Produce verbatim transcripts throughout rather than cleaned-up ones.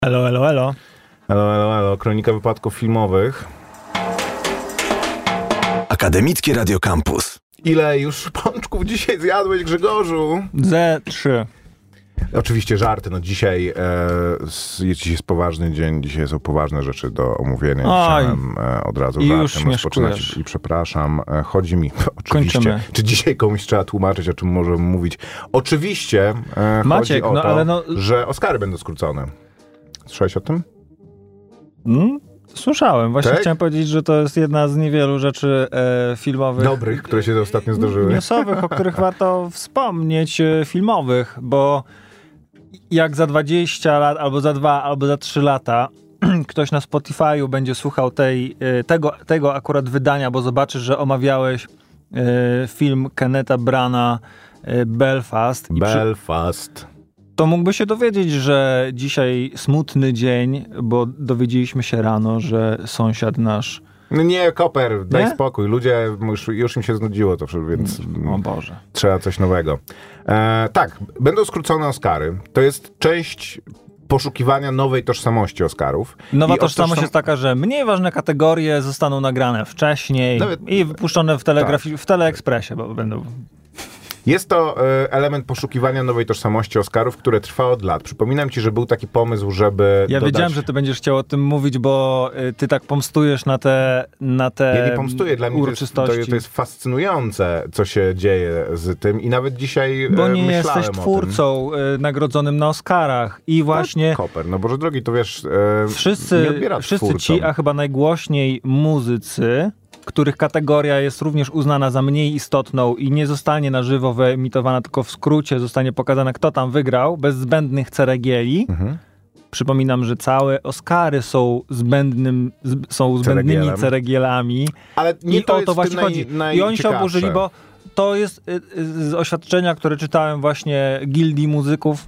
Elo, elo, elo. Elo, elo, elo. Kronika wypadków filmowych. Akademickie Radio Campus. Ile już pączków dzisiaj zjadłeś, Grzegorzu? Ze trzy. Oczywiście żarty. No dzisiaj, e, s- dzisiaj jest poważny dzień. Dzisiaj są poważne rzeczy do omówienia. Oj. Chciałem e, od razu I żartem już rozpoczynać. śmieszkujesz. I przepraszam. E, chodzi mi oczywiście. Kończymy. Czy dzisiaj komuś trzeba tłumaczyć, o czym możemy mówić? Oczywiście e, Maciek, chodzi o no to, ale no- że Oscary będą skrócone. Słyszałeś o tym? Hmm? Słyszałem. Właśnie Tak? chciałem powiedzieć, że to jest jedna z niewielu rzeczy e, filmowych. Dobrych, które się ostatnio zdarzyły. Newsowych, o których warto wspomnieć, e, filmowych, bo jak za dwadzieścia lat, albo za dwa, albo za trzy lata ktoś na Spotify'u będzie słuchał tej, e, tego, tego akurat wydania, bo zobaczysz, że omawiałeś e, film Kennetha Brana e, Belfast. I przy- Belfast. To mógłby się dowiedzieć, że dzisiaj smutny dzień, bo dowiedzieliśmy się rano, że sąsiad nasz... No nie, Koper, daj Nie? spokój. Ludzie, już, już im się znudziło to, więc O Boże. trzeba coś nowego. E, tak, będą skrócone Oscary. To jest część poszukiwania nowej tożsamości Oscarów. Nowa I tożsamość tożsam- jest taka, że mniej ważne kategorie zostaną nagrane wcześniej Nawet- i wypuszczone w, telegrafi- w Teleekspresie, bo będą... Jest to e, element poszukiwania nowej tożsamości Oscarów, które trwa od lat. Przypominam ci, że był taki pomysł, żeby Ja dodać... wiedziałem, że ty będziesz chciał o tym mówić, bo y, ty tak pomstujesz na te na te Ja nie pomstuję, dla mnie to jest, to, uroczystości. to jest fascynujące, co się dzieje z tym i nawet dzisiaj Bo e, nie myślałem jesteś o tym. twórcą y, nagrodzonym na Oscarach i właśnie... Koper, no Boże drogi, to wiesz, e, nie Wszyscy, odbiera wszyscy twórcom. ci, a chyba najgłośniej muzycy, których kategoria jest również uznana za mniej istotną i nie zostanie na żywo wyemitowana, tylko w skrócie zostanie pokazane, kto tam wygrał, bez zbędnych ceregieli. Mhm. Przypominam, że całe Oscary są zbędnym, z, są zbędnymi Ceregielem. ceregielami. Ale nie I to o jest to w tym właśnie naj, chodzi. I oni się najciekawsze. oburzyli, bo to jest y, y, z oświadczenia, które czytałem właśnie Gildii Muzyków.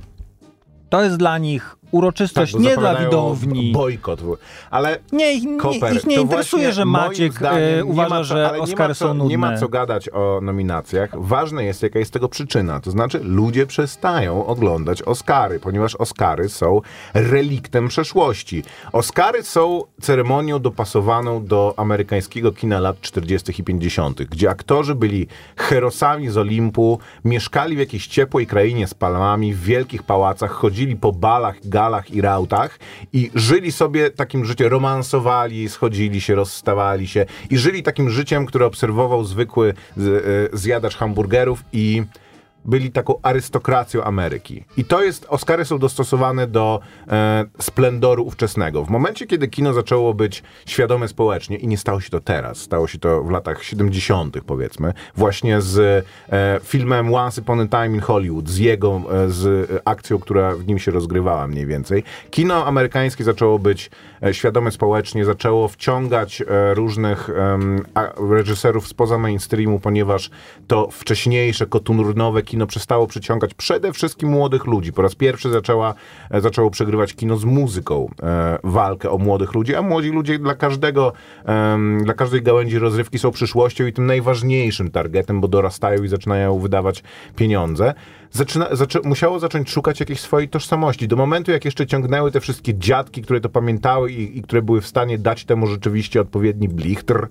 To jest dla nich uroczystość, Tak, bo nie dla zapowiadają widowni. Bojkot. Ale Nie, ich nie, Koper, ich nie to interesuje, właśnie że moim Maciek zdaniem e, nie uważa, ma co- że ale nie Oscary ma co, są nudne. Nie ma co gadać o nominacjach. Ważne jest, jaka jest tego przyczyna. To znaczy, ludzie przestają oglądać Oscary, ponieważ Oscary są reliktem przeszłości. Oscary są ceremonią dopasowaną do amerykańskiego kina lat czterdziestych i pięćdziesiątych, gdzie aktorzy byli herosami z Olimpu, mieszkali w jakiejś ciepłej krainie z palmami, w wielkich pałacach, chodzili po balach, galach i rautach i żyli sobie takim życiem, romansowali, schodzili się, rozstawali się i żyli takim życiem, które obserwował zwykły z, e, zjadacz hamburgerów i byli taką arystokracją Ameryki. I to jest, Oscary są dostosowane do e, splendoru ówczesnego. W momencie, kiedy kino zaczęło być świadome społecznie i nie stało się to teraz, stało się to w latach siedemdziesiątych powiedzmy, właśnie z e, filmem Once Upon a Time in Hollywood, z jego, e, z akcją, która w nim się rozgrywała mniej więcej. Kino amerykańskie zaczęło być e, świadome społecznie, zaczęło wciągać e, różnych em, a, reżyserów spoza mainstreamu, ponieważ to wcześniejsze, koturnowe kino przestało przyciągać przede wszystkim młodych ludzi. Po raz pierwszy zaczęła, e, zaczęło przegrywać kino z muzyką e, walkę o młodych ludzi, a młodzi ludzie dla każdego, em, dla każdej gałęzi rozrywki są przyszłością i tym najważniejszym targetem, bo dorastają i zaczynają wydawać pieniądze. Zaczyna, zaczę, musiało zacząć szukać jakiejś swojej tożsamości. Do momentu, jak jeszcze ciągnęły te wszystkie dziadki, które to pamiętały i, i które były w stanie dać temu rzeczywiście odpowiedni blichtr,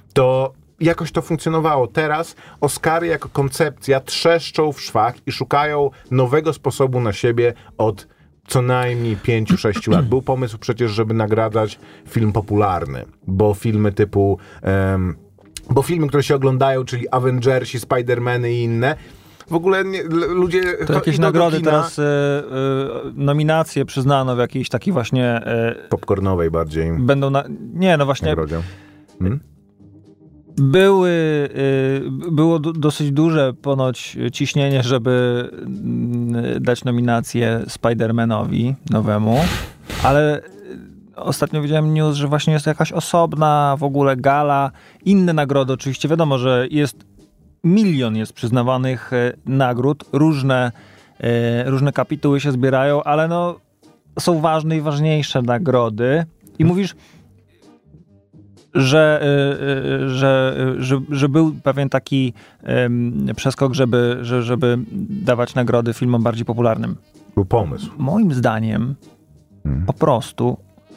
to jakoś to funkcjonowało. Teraz Oscary jako koncepcja trzeszczą w szwach i szukają nowego sposobu na siebie od co najmniej pięciu sześciu lat. Był pomysł przecież, żeby nagradzać film popularny, bo filmy typu... Um, bo filmy, które się oglądają, czyli Avengersi, Spider-Many i inne, w ogóle nie, l- ludzie... To jakieś idą do nagrody kina teraz, y, y, nominacje przyznano w jakiejś takiej właśnie... Y, popcornowej bardziej będą na... Nie, no właśnie... nagrodzie. Hmm? Były, y, było d- dosyć duże ponoć ciśnienie, żeby y, dać nominację Spider-Manowi nowemu, ale y, ostatnio widziałem news, że właśnie jest jakaś osobna w ogóle gala, inne nagrody oczywiście, wiadomo, że jest milion jest przyznawanych y, nagród, różne, y, różne kapituły się zbierają, ale no są ważne i ważniejsze nagrody i mówisz, Że, y, y, że, y, że, że był pewien taki y, przeskok, żeby, że, żeby dawać nagrody filmom bardziej popularnym. Był pomysł. Moim zdaniem Hmm. po prostu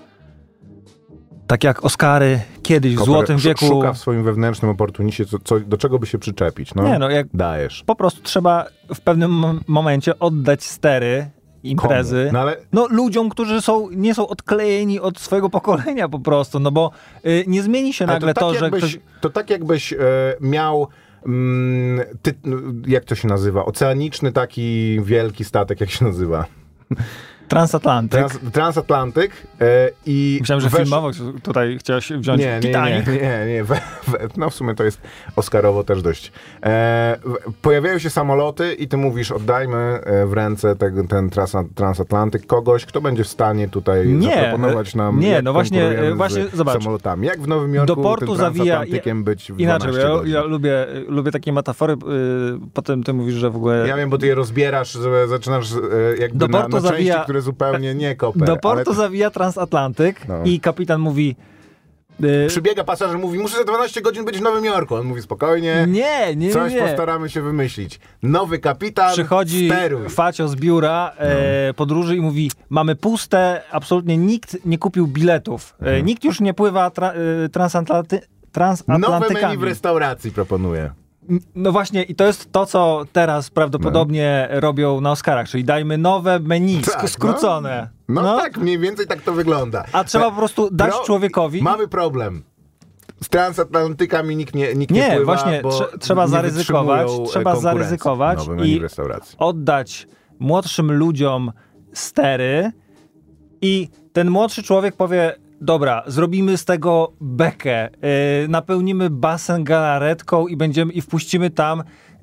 tak jak Oscary kiedyś w Koper Złotym wieku... Szuka w swoim wewnętrznym oportuniście, co, co, do czego by się przyczepić. No, Nie, no jak dajesz. po prostu trzeba w pewnym mom- momencie oddać stery imprezy. Komu? No ale No ludziom, którzy są, nie są odklejeni od swojego pokolenia po prostu, no bo y, nie zmieni się Ale nagle to, tak że jakbyś, ktoś... To tak jakbyś e, miał, mm, ty, jak to się nazywa, oceaniczny taki wielki statek, jak się nazywa? Transatlantyk. Trans, transatlantyk e, i... Myślałem, że wesz... filmowo tutaj chciałeś wziąć Nie, nie, Titanic. nie, nie, nie. We, we, no w sumie to jest oscarowo też dość. E, pojawiają się samoloty i ty mówisz, oddajmy w ręce ten, ten trans, transatlantyk kogoś, kto będzie w stanie tutaj Nie, zaproponować nam, nie, jak no właśnie, konkurujemy właśnie, z zobacz. samolotami. Jak w Nowym Jorku Do portu tym zawija- transatlantykiem być w Inaczej, dwanaście ja, godzin. ja lubię, lubię takie metafory, yy, potem ty mówisz, że w ogóle... Ja wiem, bo ty je rozbierasz, że zaczynasz e, jakby Do na, portu na części, zawija- które zupełnie nie koper. Do portu ale zawija transatlantyk No. i kapitan mówi... Yy, przybiega pasażer, mówi, muszę za dwanaście godzin być w Nowym Jorku. On mówi, spokojnie, nie, nie, coś nie. postaramy się wymyślić. Nowy kapitan, Przychodzi steruj. facio z biura e, podróży i mówi, mamy puste, absolutnie nikt nie kupił biletów. E, nikt już nie pływa tra, e, transatlanty, Nowe transatlantykami. menu w restauracji proponuję. No właśnie i to jest to, co teraz prawdopodobnie robią na Oscarach, czyli dajmy nowe menu, sk- Tak, skrócone. No, no tak, mniej więcej tak to wygląda. A trzeba po prostu dać Pro- człowiekowi... Mamy problem. Z transatlantykami nikt nie, nikt nie, Nie, pływa, właśnie, bo trze- trzeba nie zaryzykować, wytrzymują, e, trzeba konkurencji. zaryzykować Nowe menu i w restauracji. oddać młodszym ludziom stery i ten młodszy człowiek powie, dobra, zrobimy z tego bekę, yy, napełnimy basen galaretką i będziemy i wpuścimy tam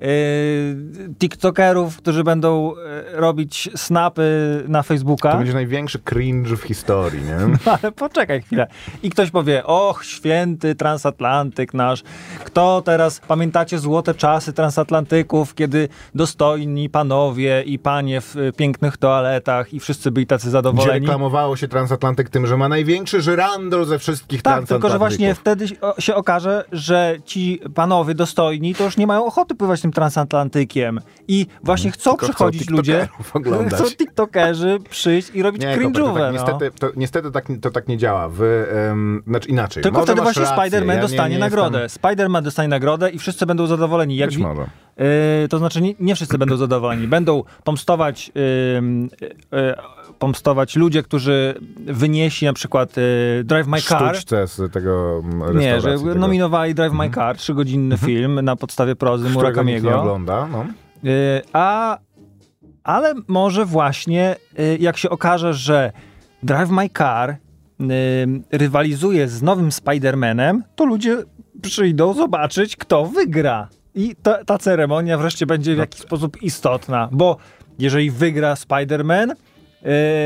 yy, tiktokerów, którzy będą yy, robić snapy na Facebooka. To będzie największy cringe w historii, nie? Ale poczekaj chwilę. I ktoś powie, och, święty transatlantyk nasz. Kto teraz, pamiętacie złote czasy transatlantyków, kiedy dostojni panowie i panie w y, pięknych toaletach i wszyscy byli tacy Gdzie zadowoleni. reklamowało się transatlantyk tym, że ma największy żyrandol ze wszystkich Tak, transatlantyków. tylko że właśnie wtedy o- się okaże, że ci panowie dostojni to już nie mają ochoty pływać tym transatlantykiem. I właśnie chcą Tylko chcą przychodzić ludzie, tiktokerów oglądać. chcą tiktokerzy przyjść i robić Nie, cringe'ówę. to, tak, no. niestety, to, niestety tak, to tak nie działa. Wy, um, znaczy inaczej. Tylko Może wtedy masz właśnie rację. Spider-Man ja nie- dostanie nie nagrodę. jestem- Spider-Man dostanie nagrodę i wszyscy będą zadowoleni. Jak Być wi- może. Yy, to znaczy nie, nie wszyscy będą zadowoleni. Będą pomstować, yy, yy, pomstować ludzie, którzy wynieśli na przykład yy, Drive My Car. Sztuczce z tego mm, Nie, że restauracji, tego, nominowali Drive My Car, trzygodzinny film na podstawie prozy którego nikt nie Murakamiego. ogląda. No. Yy, a, ale może właśnie yy, jak się okaże, że Drive My Car yy, rywalizuje z nowym Spider-Manem, to ludzie przyjdą zobaczyć, kto wygra. I ta, ta ceremonia wreszcie będzie w jakiś sposób istotna, bo jeżeli wygra Spider-Man, yy,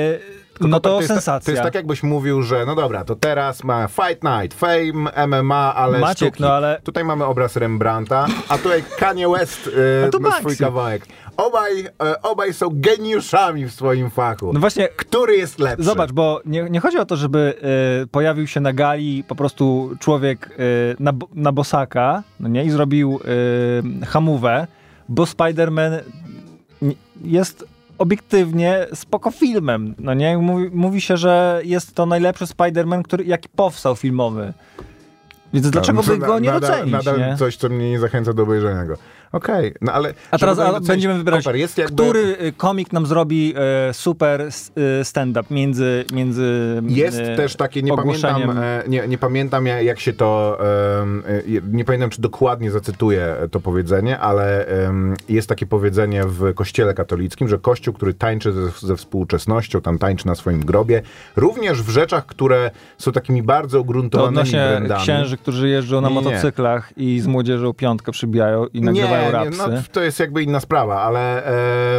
no to, to jest, sensacja. To jest tak, jakbyś mówił, że no dobra, to teraz ma Fight Night, Fame, M M A, ale Maciek, sztuki. no ale- Tutaj mamy obraz Rembrandta, a tutaj Kanye West A to yy, ma Banksy. swój kawałek. Obaj, e, obaj są geniuszami w swoim fachu. No właśnie, Który jest lepszy? zobacz, bo nie, nie chodzi o to, żeby y, pojawił się na gali po prostu człowiek y, na, bo- na bosaka, no nie, i zrobił y, hamówę, bo Spider-Man n- jest obiektywnie spoko filmem, no nie? Mówi, mówi się, że jest to najlepszy Spider-Man, który jaki powstał filmowy. Więc dlaczego by No, go nie nadal, docenić, Nadal nie? coś, co mnie nie zachęca do obejrzenia go. Okej, no ale... A teraz żeby a, docenić- będziemy wybierać, Koper, jest jakby, który y, komik nam zrobi y, super s- y, stand-up między, między Jest y, też takie, nie ogłoszeniem. pamiętam, e, nie, nie pamiętam ja- jak się to, em, e, nie pamiętam czy dokładnie zacytuję to powiedzenie, ale em, jest takie powiedzenie w kościele katolickim, że kościół, który tańczy ze, ze współczesnością, tam tańczy na swoim grobie, również w rzeczach, które są takimi bardzo To ugruntowanymi odnośnie brandami. księży, którzy jeżdżą na Nie, nie, nie. motocyklach i z młodzieżą piątkę przybijają i nagrywają nie, rapsy. Nie, no, to jest jakby inna sprawa, ale e,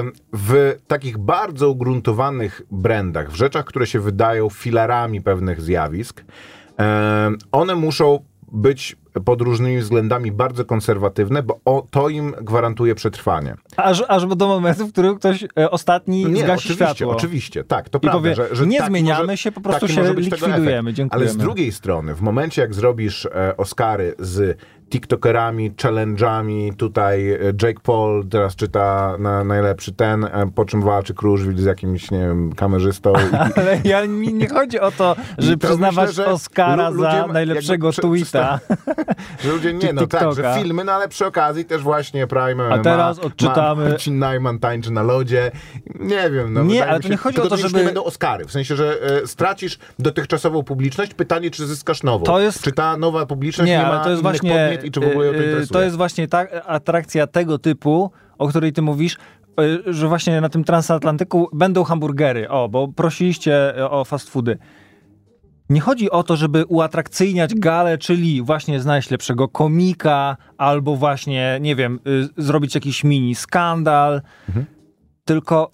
w takich bardzo ugruntowanych brandach, w rzeczach, które się wydają filarami pewnych zjawisk, e, one muszą być pod różnymi względami bardzo konserwatywne, bo o, to im gwarantuje przetrwanie. Aż, aż do momentu, w którym ktoś e, ostatni Nie, zgasi oczywiście, światło. Oczywiście, tak, to I prawda. powie, że, że nie taki zmieniamy może, się, po prostu się likwidujemy. Dziękujemy. Ale z drugiej strony, w momencie jak zrobisz e, Oscary z TikTokerami, challenge'ami, tutaj e, Jake Paul teraz czyta na najlepszy ten, e, po czym walczy Kruszwil z jakimś, nie wiem, kamerzystą. I, ale ja, mi nie chodzi o to, że to przyznawać myślę, że Oscara ludzie za najlepszego jakby, tweeta. Że ludzie nie, no tak, że filmy, no ale przy okazji też właśnie Prime A teraz odczytamy... Marcin Najman tańczy na lodzie. Nie wiem, no nie, ale to się, nie chodzi tylko o to, to żeby... nie będą Oscary. W sensie, że e, stracisz dotychczasową publiczność, pytanie, czy zyskasz nową. To jest... Czy ta nowa publiczność nie, nie ma ale to jest właśnie, podmiot i czy w ogóle ją to interesuje? To jest właśnie ta atrakcja tego typu, o której ty mówisz, że właśnie na tym transatlantyku będą hamburgery. O, bo prosiliście o fast foody. Nie chodzi o to, żeby uatrakcyjniać galę, czyli właśnie znaleźć lepszego komika, albo właśnie, nie wiem, y, zrobić jakiś mini skandal. Mhm. Tylko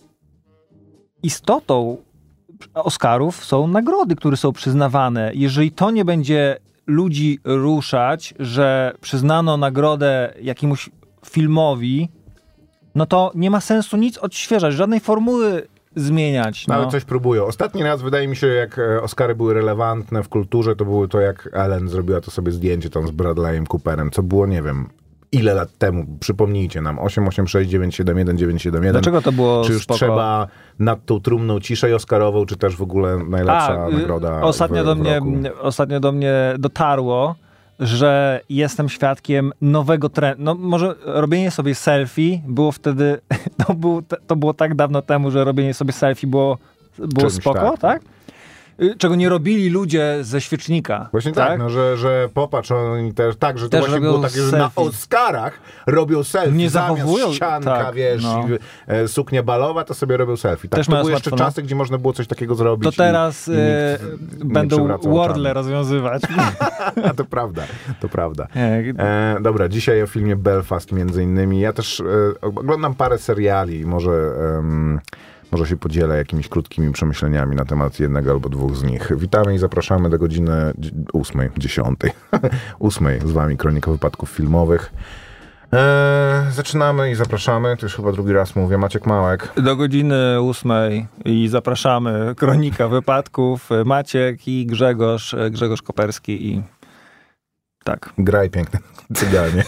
istotą Oscarów są nagrody, które są przyznawane. Jeżeli to nie będzie ludzi ruszać, że przyznano nagrodę jakiemuś filmowi, no to nie ma sensu nic odświeżać, żadnej formuły zmieniać. No. Ale coś próbują. Ostatni raz, wydaje mi się, jak Oscary były relevantne w kulturze, to było to, jak Ellen zrobiła to sobie zdjęcie tam z Bradleyem Cooperem, co było, nie wiem, ile lat temu, przypomnijcie nam, osiem osiem sześć dziewięć siedem jeden dziewięć siedem jeden. Dlaczego to było Czy już spoko? Trzeba nad tą trumną ciszej oscarową, czy też w ogóle najlepsza A, nagroda ostatnio w, do w mnie, roku? Ostatnio do mnie dotarło, że jestem świadkiem nowego trendu. No może robienie sobie selfie było wtedy, to było, to było tak dawno temu, że robienie sobie selfie było, było spoko, tak? tak? Czego nie robili ludzie ze świecznika. Właśnie tak, tak no, że, że popatrz, oni też, tak, że to też właśnie było takie, że selfie. Na Oscarach robią selfie, nie zamiast zachowują, ścianka, tak, wiesz, no. i, e, suknia balowa, to sobie robią selfie. Tak, też to były jeszcze smartfona. czasy, gdzie można było coś takiego zrobić. To teraz i, i e, będą wordle oczami. rozwiązywać. A to prawda, to prawda. E, dobra, dzisiaj o filmie Belfast między innymi. Ja też e, oglądam parę seriali, może... Um, Może się podzielę jakimiś krótkimi przemyśleniami na temat jednego albo dwóch z nich. Witamy i zapraszamy do godziny ósmej, dziesiątej. ósmej z wami Kronika Wypadków Filmowych. Eee, zaczynamy i zapraszamy. To już chyba drugi raz mówię. Maciek Małek. Do godziny ósmej i zapraszamy. Kronika Wypadków. Maciek i Grzegorz. Grzegorz Koperski i tak. Graj piękne cyganie.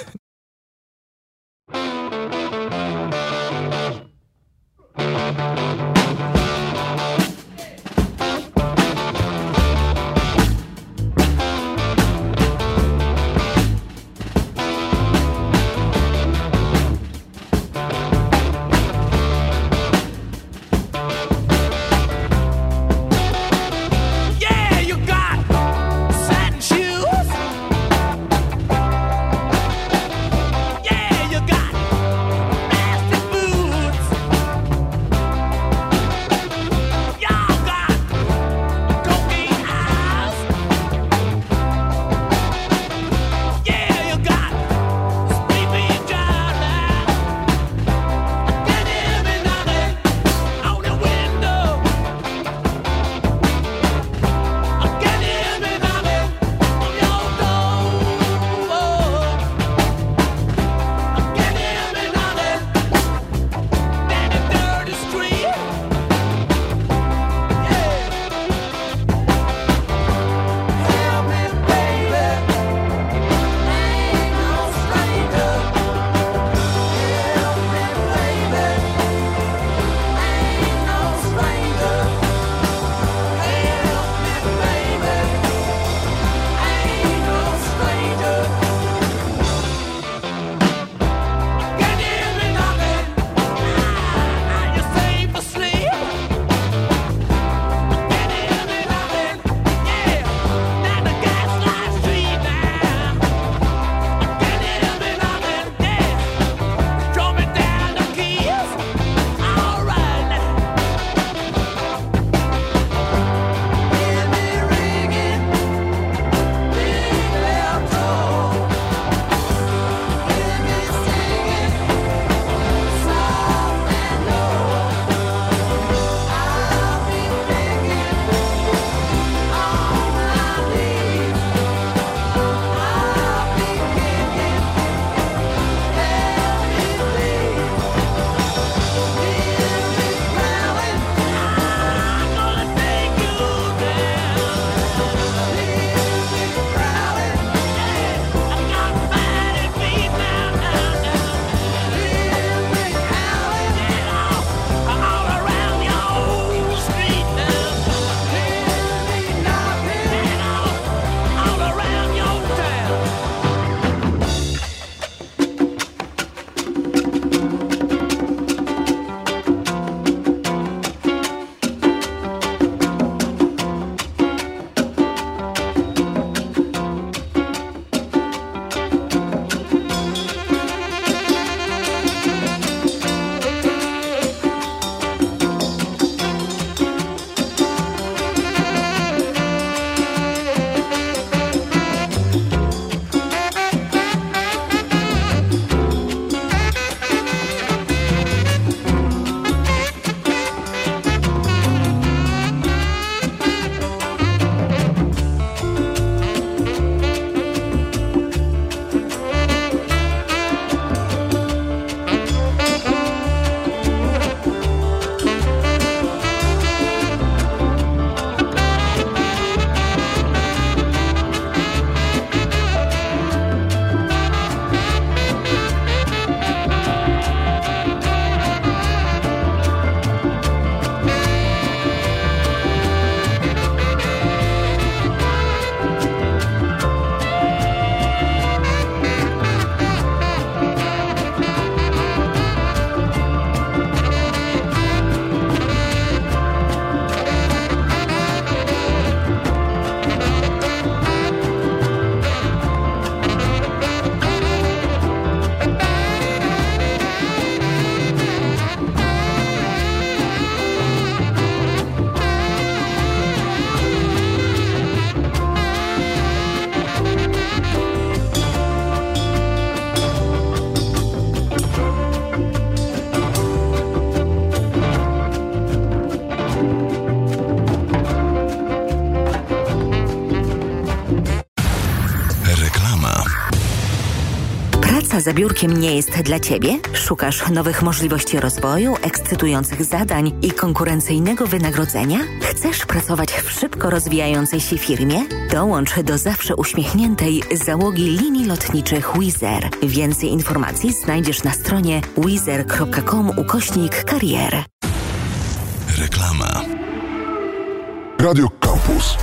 Praca za biurkiem nie jest dla Ciebie? Szukasz nowych możliwości rozwoju, ekscytujących zadań i konkurencyjnego wynagrodzenia? Chcesz pracować w szybko rozwijającej się firmie? Dołącz do zawsze uśmiechniętej załogi linii lotniczych Wizz Air. Więcej informacji znajdziesz na stronie wizzair kropka com ukośnik kariery. Reklama. Radio Campus.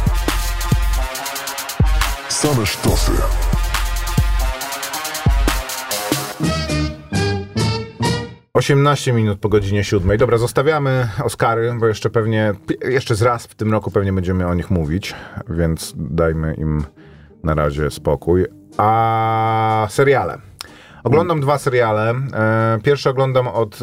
Same sztosy. osiemnaście minut po godzinie siódmej. Dobra, zostawiamy Oscary, bo jeszcze pewnie, jeszcze z raz w tym roku pewnie będziemy o nich mówić, więc dajmy im na razie spokój. A seriale. Oglądam dwa seriale. Pierwszy oglądam od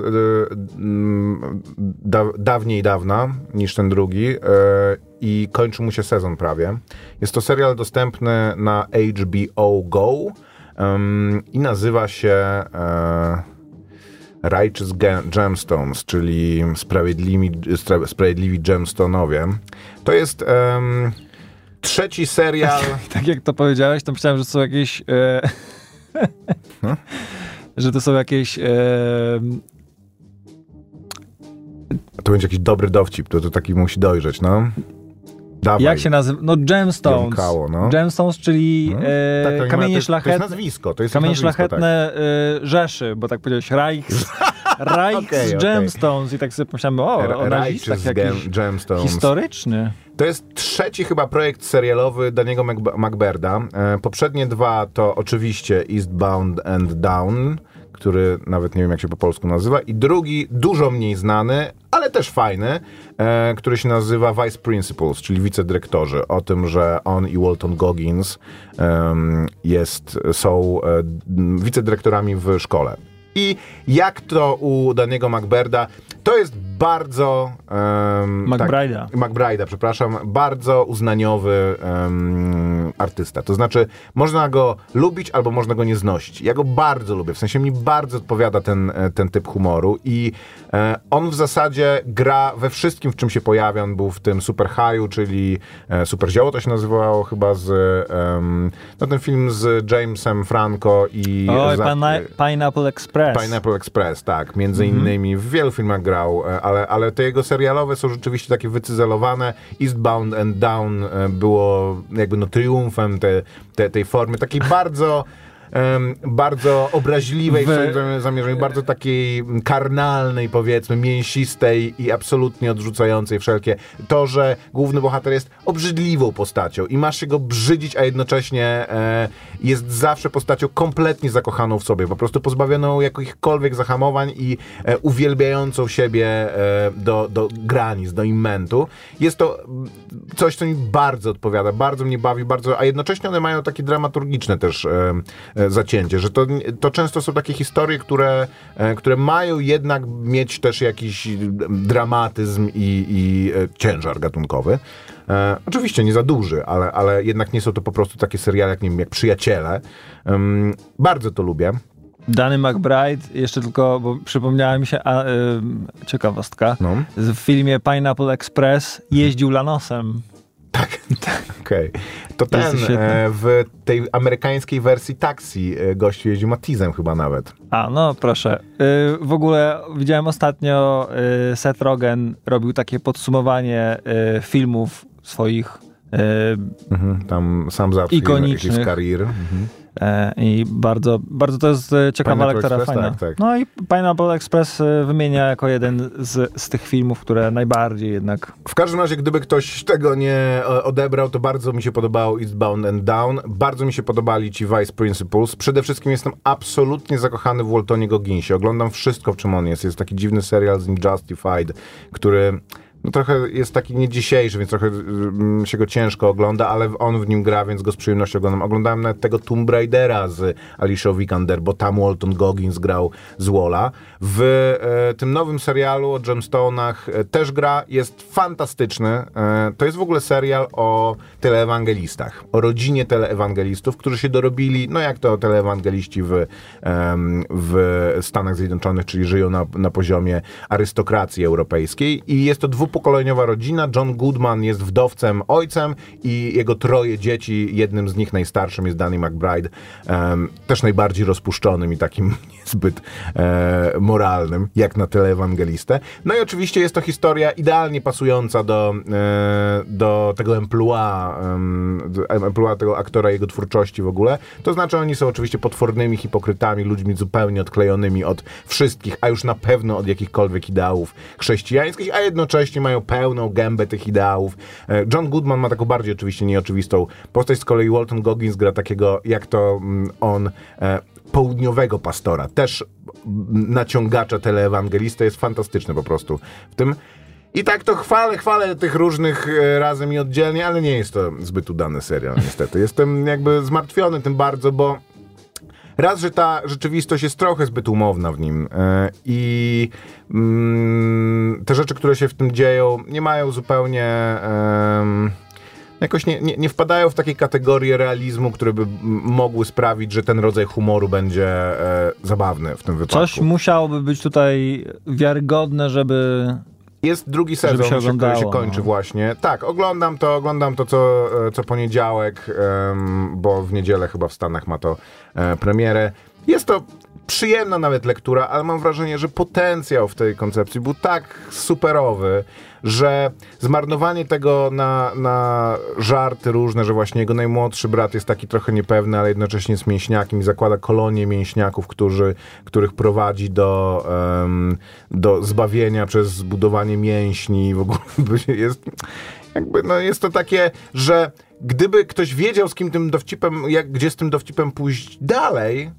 da, dawniej dawna niż ten drugi i kończy mu się sezon prawie. Jest to serial dostępny na H B O Go i nazywa się Righteous Gemstones, czyli Sprawiedliwi, Sprawiedliwi Gemstonowie. To jest um, trzeci serial... Tak jak to powiedziałeś, to myślałem, że to są jakieś... E... no? że to są jakieś... E... To będzie jakiś dobry dowcip, to, to taki musi dojrzeć, no. Dawaj. Jak się nazywa? No Gemstones. Jąkało, no. Gemstones, czyli no. e, tak, to kamienie ma, to, szlachetne. To jest nazwisko. To jest kamienie nazwisko, szlachetne tak. e, Rzeszy, bo tak powiedziałeś Reichs, Reichs okay, Gemstones okay. I tak sobie pomyślałem, o, o nazwiskach jakiś Gemstones. Historyczny. To jest trzeci chyba projekt serialowy Daniego McBirda. E, poprzednie dwa to oczywiście Eastbound and Down, który nawet nie wiem jak się po polsku nazywa, i drugi, dużo mniej znany, ale też fajny, e, który się nazywa Vice Principals, czyli wicedyrektorzy. O tym, że on i Walton Goggins e, jest, są e, wicedyrektorami w szkole. I jak to u Daniego McBirda, to jest bardzo... Um, McBride'a. Tak, McBride'a, przepraszam. Bardzo uznaniowy um, artysta. To znaczy, można go lubić albo można go nie znosić. Ja go bardzo lubię. W sensie mi bardzo odpowiada ten, ten typ humoru i e, on w zasadzie gra we wszystkim, w czym się pojawia. On był w tym Super High'u, czyli e, Super Zioło to się nazywało chyba z... Um, no ten film z Jamesem Franco i... Oj, za, Pineapple Express. Pineapple Express, tak. Między mm-hmm. innymi w wielu filmach grał, ale, ale te jego serialowe są rzeczywiście takie wycyzelowane. Eastbound and Down było jakby no triumfem te, te, tej formy, takiej bardzo... Um, bardzo obraźliwej w swoim zamierzeniu, bardzo takiej karnalnej, powiedzmy, mięsistej i absolutnie odrzucającej wszelkie. To, że główny bohater jest obrzydliwą postacią i masz się go brzydzić, a jednocześnie e, jest zawsze postacią kompletnie zakochaną w sobie, po prostu pozbawioną jakichkolwiek zahamowań i e, uwielbiającą siebie e, do, do granic, do immentu. Jest to coś, co mi bardzo odpowiada, bardzo mnie bawi, bardzo, a jednocześnie one mają takie dramaturgiczne też e, zacięcie, że to, to często są takie historie, które, które mają jednak mieć też jakiś dramatyzm i, i ciężar gatunkowy. E, oczywiście nie za duży, ale, ale jednak nie są to po prostu takie seriale jak, nie wiem, jak Przyjaciele. Um, bardzo to lubię. Danny McBride, jeszcze tylko, bo przypomniała mi się a, y, ciekawostka, no. W filmie Pineapple Express jeździł lanosem. Tak, okej. Okay. To ten, e, w tej amerykańskiej wersji Taxi e, gościu jeździł Matizem chyba nawet. A, no proszę. Y, w ogóle widziałem ostatnio, y, Seth Rogen robił takie podsumowanie y, filmów swoich y, mhm, tam sam zawsze ikonicznych karier. Mhm. I bardzo, bardzo to jest ciekawa Pineapple lektura, Express, fajna. tak, tak. No i Pineapple Express wymienia jako jeden z, z tych filmów, które najbardziej jednak... W każdym razie, gdyby ktoś tego nie odebrał, to bardzo mi się podobało Eastbound and Down. Bardzo mi się podobali ci Vice Principals. Przede wszystkim jestem absolutnie zakochany w Waltonie Gogginsie. Oglądam wszystko, w czym on jest. Jest taki dziwny serial z nim Justified, który... No trochę jest taki nie dzisiejszy, więc trochę mm, się go ciężko ogląda, ale on w nim gra, więc go z przyjemnością oglądam. Oglądałem nawet tego Tomb Raidera z Alicia Vikander, bo tam Walton Goggins grał z Walla. W e, tym nowym serialu o Gemstonach e, też gra, jest fantastyczny. E, to jest w ogóle serial o teleewangelistach, o rodzinie teleewangelistów, którzy się dorobili, no jak to teleewangeliści w, e, w Stanach Zjednoczonych, czyli żyją na, na poziomie arystokracji europejskiej i jest to dwu dwupokoleniowa rodzina. John Goodman jest wdowcem, ojcem i jego troje dzieci, jednym z nich najstarszym jest Danny McBride, um, też najbardziej rozpuszczonym i takim niezbyt e, moralnym, jak na teleewangelistę. No i oczywiście jest to historia idealnie pasująca do, e, do tego emploi, e, emploi tego aktora, jego twórczości w ogóle. To znaczy oni są oczywiście potwornymi hipokrytami, ludźmi zupełnie odklejonymi od wszystkich, a już na pewno od jakichkolwiek ideałów chrześcijańskich, a jednocześnie mają pełną gębę tych ideałów. E, John Goodman ma taką bardziej oczywiście nieoczywistą postać, z kolei Walton Goggins gra takiego, jak to mm, on... E, południowego pastora, też naciągacza teleewangelista, jest fantastyczny po prostu w tym. I tak to chwalę, chwalę tych różnych e, razem i oddzielnie, ale nie jest to zbyt udany serial, niestety. Jestem jakby zmartwiony tym bardzo, bo raz, że ta rzeczywistość jest trochę zbyt umowna w nim e, i mm, te rzeczy, które się w tym dzieją, nie mają zupełnie... E, jakoś nie, nie, nie wpadają w takie kategorie realizmu, które by mogły sprawić, że ten rodzaj humoru będzie e, zabawny w tym wypadku. Coś musiałoby być tutaj wiarygodne, żeby... Jest drugi sezon, się, który się kończy no. właśnie. Tak, oglądam to, oglądam to co, co poniedziałek, um, bo w niedzielę chyba w Stanach ma to e, premierę. Jest to przyjemna nawet lektura, ale mam wrażenie, że potencjał w tej koncepcji był tak superowy, że zmarnowanie tego na, na żarty różne, że właśnie jego najmłodszy brat jest taki trochę niepewny, ale jednocześnie jest mięśniakiem i zakłada kolonię mięśniaków, którzy, których prowadzi do, um, do zbawienia przez zbudowanie mięśni. W ogóle jest, jakby, no jest to takie, że gdyby ktoś wiedział, z kim tym dowcipem, jak, gdzie z tym dowcipem pójść dalej,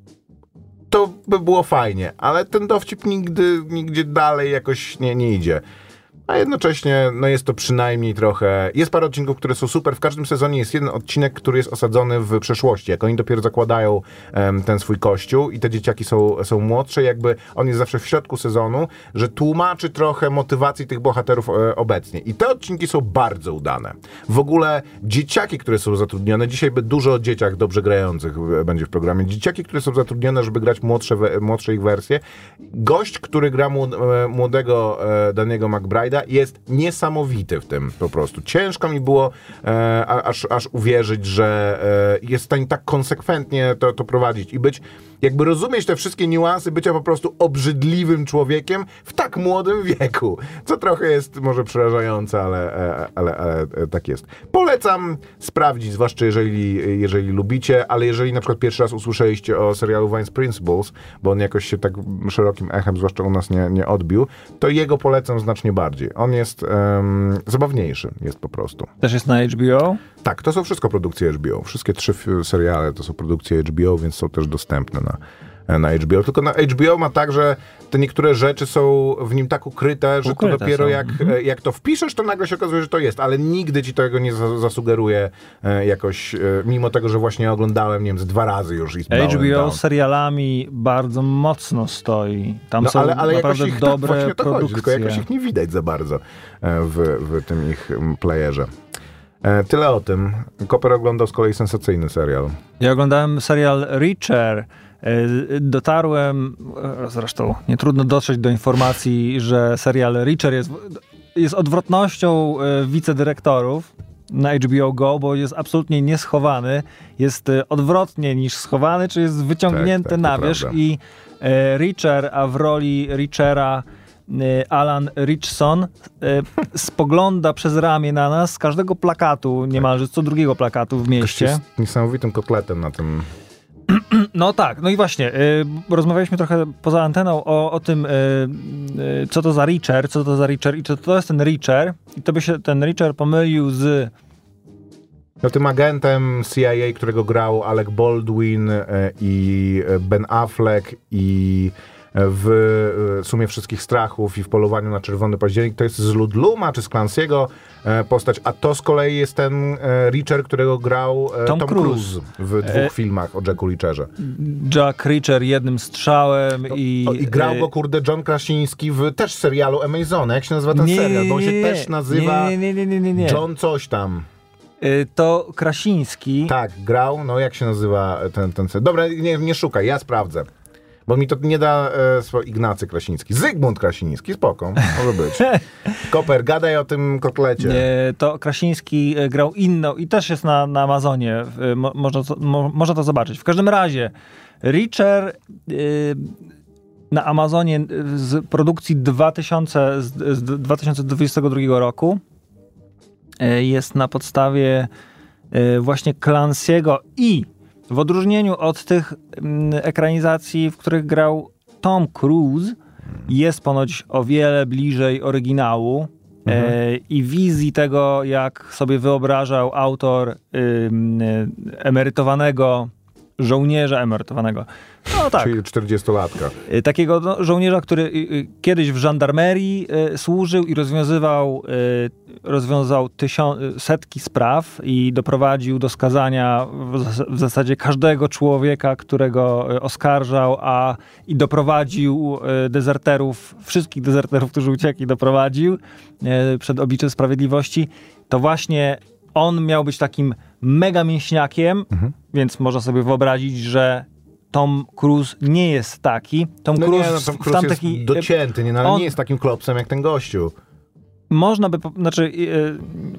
to by było fajnie, ale ten dowcip nigdy, nigdzie dalej jakoś nie, nie idzie. A jednocześnie no jest to przynajmniej trochę... Jest parę odcinków, które są super. W każdym sezonie jest jeden odcinek, który jest osadzony w przeszłości. Jak oni dopiero zakładają um, ten swój kościół i te dzieciaki są, są młodsze, jakby on jest zawsze w środku sezonu, że tłumaczy trochę motywacji tych bohaterów e, obecnie. I te odcinki są bardzo udane. W ogóle dzieciaki, które są zatrudnione, dzisiaj dużo o dzieciach dobrze grających będzie w programie. Dzieciaki, które są zatrudnione, żeby grać młodsze, młodsze ich wersje. Gość, który gra młodego e, Danny'ego McBride'a, jest niesamowity w tym po prostu. Ciężko mi było e, aż, aż uwierzyć, że e, jest w stanie tak konsekwentnie to, to prowadzić i być, jakby rozumieć te wszystkie niuanse bycia po prostu obrzydliwym człowiekiem w tak młodym wieku. Co trochę jest może przerażające, ale, ale, ale, ale tak jest. Polecam sprawdzić, zwłaszcza jeżeli, jeżeli lubicie, ale jeżeli na przykład pierwszy raz usłyszeliście o serialu Vine's Principles, bo on jakoś się tak szerokim echem, zwłaszcza u nas nie, nie odbił, to jego polecam znacznie bardziej. On jest um, zabawniejszy, jest po prostu. Też jest na H B O? Tak, to są wszystko produkcje H B O. Wszystkie trzy seriale to są produkcje H B O, więc są też dostępne na, na H B O. Tylko na H B O ma tak, że te niektóre rzeczy są w nim tak ukryte, że ukryte to dopiero jak, mhm. jak to wpiszesz, to nagle się okazuje, że to jest, ale nigdy ci tego nie zasugeruje jakoś, mimo tego, że właśnie oglądałem, nie wiem, z dwa razy już H B O z serialami bardzo mocno stoi. Tam no, są ale, ale naprawdę ich, dobre tak, właśnie to produkcje. chodzi, tylko jakoś ich nie widać za bardzo w, w tym ich playerze. Tyle o tym. Koper oglądał z kolei sensacyjny serial. Ja oglądałem serial Reacher. Dotarłem, zresztą nie trudno dotrzeć do informacji, że serial Reacher jest, jest odwrotnością wicedyrektorów na H B O Go, bo jest absolutnie nieschowany. Jest odwrotnie niż schowany, czy jest wyciągnięty tak, tak, na wierzch. I Reacher, a w roli Reachera Alan Ritchson spogląda przez ramię na nas z każdego plakatu, niemalże co drugiego plakatu w mieście. Jest niesamowitym kotletem na tym. No tak, no i właśnie, y, rozmawialiśmy trochę poza anteną o, o tym, y, y, co to za Reacher, co to za Reacher i czy to jest ten Reacher i to by się ten Reacher pomylił z... No tym agentem C I A, którego grał Alec Baldwin y, i Ben Affleck i w Sumie Wszystkich Strachów i w Polowaniu na Czerwony Październik, to jest z Ludluma czy z Clancy'ego postać, a to z kolei jest ten Reacher, którego grał Tom, Tom Cruise. Cruise w dwóch e... filmach o Jacku Reacherze. Jack Reacher jednym strzałem to, i... O, I grał go, kurde, John Krasiński w też serialu Amazon. Jak się nazywa ten nie, serial? Bo on się nie, też nazywa nie, nie, nie, nie, nie, nie. John coś tam. To Krasiński. Tak, grał, no jak się nazywa ten, ten serial? Dobra, nie, nie szukaj, ja sprawdzę. Bo mi to nie da e, swo- Ignacy Krasiński. Zygmunt Krasiński, spoko, może być. Koper, gadaj o tym kotlecie. E, to Krasiński e, grał inną i też jest na, na Amazonie. E, mo, można, to, mo, można to zobaczyć. W każdym razie Reacher e, na Amazonie z produkcji dwa tysiące, z, z dwa tysiące dwudziestego drugiego roku e, jest na podstawie e, właśnie Clancy'ego i w odróżnieniu od tych m, ekranizacji, w których grał Tom Cruise, jest ponoć o wiele bliżej oryginału mhm. e, i wizji tego, jak sobie wyobrażał autor y, y, emerytowanego żołnierza emerytowanego. No tak. Czyli czterdziestolatka. Y, takiego no, żołnierza, który y, y, kiedyś w żandarmerii y, służył i rozwiązywał, y, rozwiązał tysią- setki spraw i doprowadził do skazania w, zas- w zasadzie każdego człowieka, którego y, oskarżał, a i doprowadził y, dezerterów, wszystkich dezerterów, którzy uciekli, doprowadził y, przed oblicze sprawiedliwości. To właśnie on miał być takim mega mięśniakiem, mhm. więc można sobie wyobrazić, że Tom Cruise nie jest taki. Tom no Cruise, nie, no Tom Cruise tam jest taki, docięty, nie, no, ale on, nie jest takim klopsem jak ten gościu. Można by, znaczy yy,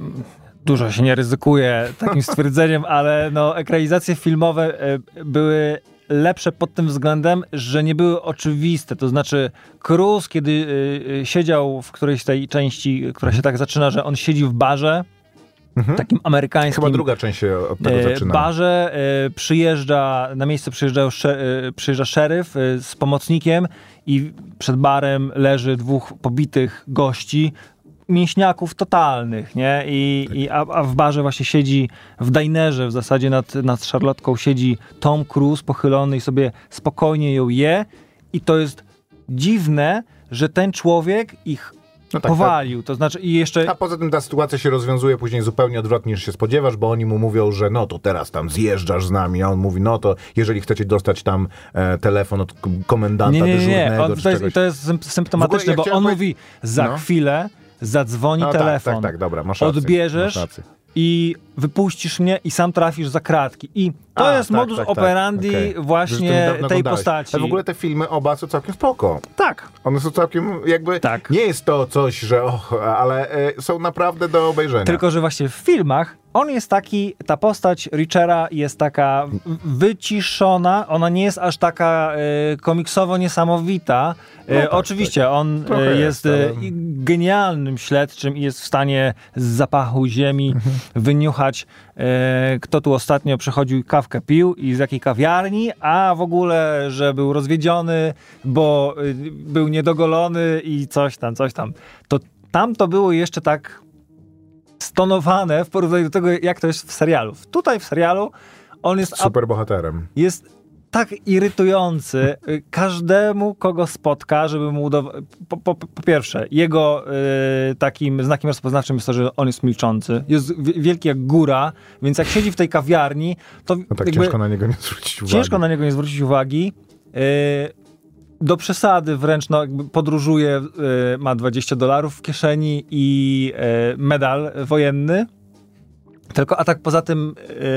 dużo się nie ryzykuje takim stwierdzeniem, ale no ekranizacje filmowe yy, były lepsze pod tym względem, że nie były oczywiste. To znaczy Cruise, kiedy yy, siedział w którejś tej części, która się tak zaczyna, że on siedzi w barze, Mhm. takim amerykańskim Chyba druga część się od tego zaczyna. barze e, przyjeżdża, na miejsce przyjeżdża, e, przyjeżdża szeryf e, z pomocnikiem i przed barem leży dwóch pobitych gości, mięśniaków totalnych, nie? I, i, a, a w barze właśnie siedzi, w dinerze w zasadzie nad, nad szarlotką siedzi Tom Cruise pochylony i sobie spokojnie ją je i to jest dziwne, że ten człowiek ich No tak, powalił, tak. To znaczy i jeszcze... A poza tym ta sytuacja się rozwiązuje później zupełnie odwrotnie niż się spodziewasz, bo oni mu mówią, że no to teraz tam zjeżdżasz z nami, a on mówi, no to jeżeli chcecie dostać tam e, telefon od komendanta nie, nie, nie, dyżurnego... Nie, on, to, jest, to jest symptomatyczne, bo on mówi, za no. chwilę zadzwoni no, telefon, tak, tak, tak, dobra, masz rację, odbierzesz masz rację. I wypuścisz mnie i sam trafisz za kratki. I to A, jest tak, modus tak, operandi tak. Okay. właśnie tej postaci. Ale w ogóle te filmy oba są całkiem spoko. Tak. One są całkiem jakby... Tak. Nie jest to coś, że och, ale e, są naprawdę do obejrzenia. Tylko, że właśnie w filmach on jest taki, ta postać Reachera jest taka wyciszona, ona nie jest aż taka e, komiksowo niesamowita. E, no tak, oczywiście tak. on e, jest, jest ale... genialnym śledczym i jest w stanie z zapachu ziemi mhm. wyniuchać, e, kto tu ostatnio przychodził kawkę pił i z jakiej kawiarni, a w ogóle, że był rozwiedziony, bo e, był niedogolony i coś tam, coś tam. To tam to było jeszcze tak stonowane w porównaniu do tego, jak to jest w serialu. Tutaj w serialu on jest... super bohaterem. Jest tak irytujący każdemu, kogo spotka, żeby mu udowadniać... Po, po, po pierwsze, jego y, takim znakiem rozpoznawczym jest to, że on jest milczący. Jest wielki jak góra, więc jak siedzi w tej kawiarni, to no tak jakby, ciężko na niego nie zwrócić uwagi. Ciężko na niego nie zwrócić uwagi. Y, do przesady wręcz no, jakby podróżuje, y, ma dwadzieścia dolarów w kieszeni i y, medal wojenny. Tylko, a tak poza tym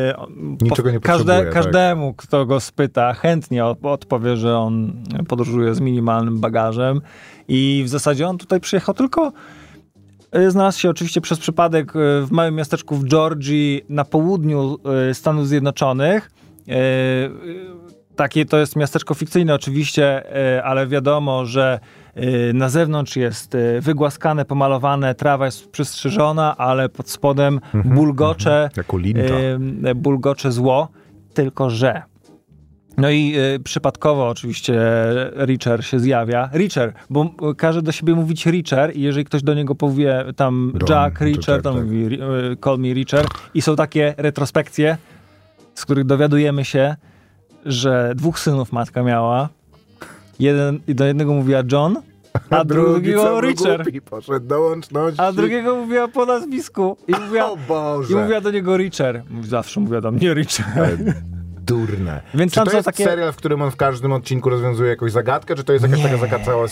y, niczego nie każde, każdemu, tak. kto go spyta, chętnie odpowie, że on podróżuje z minimalnym bagażem i w zasadzie on tutaj przyjechał tylko, y, znalazł się oczywiście przez przypadek y, w małym miasteczku w Georgii na południu y, Stanów Zjednoczonych. Y, y, Takie to jest miasteczko fikcyjne oczywiście, ale wiadomo, że na zewnątrz jest wygłaskane, pomalowane, trawa jest przystrzyżona, ale pod spodem mm-hmm, bulgocze, mm-hmm. jako lincza. bulgocze zło, tylko że. No i y, przypadkowo oczywiście Reacher się zjawia. Reacher, bo każe do siebie mówić Reacher i jeżeli ktoś do niego powie tam John, Jack Reacher, to tak. mówi y, call me Reacher i są takie retrospekcje, z których dowiadujemy się, że dwóch synów matka miała. Jeden, i do jednego mówiła John, a, a drugiego Reacher. Poszedł do łączności. A drugiego mówiła po nazwisku. I mówiła, o Boże. I mówiła do niego Reacher. Zawsze mówiła do mnie Reacher. Durne. Więc czy tam to są jest takie... serial, w którym on w każdym odcinku rozwiązuje jakąś zagadkę, czy to jest jakaś Nie. taka zagadka cało,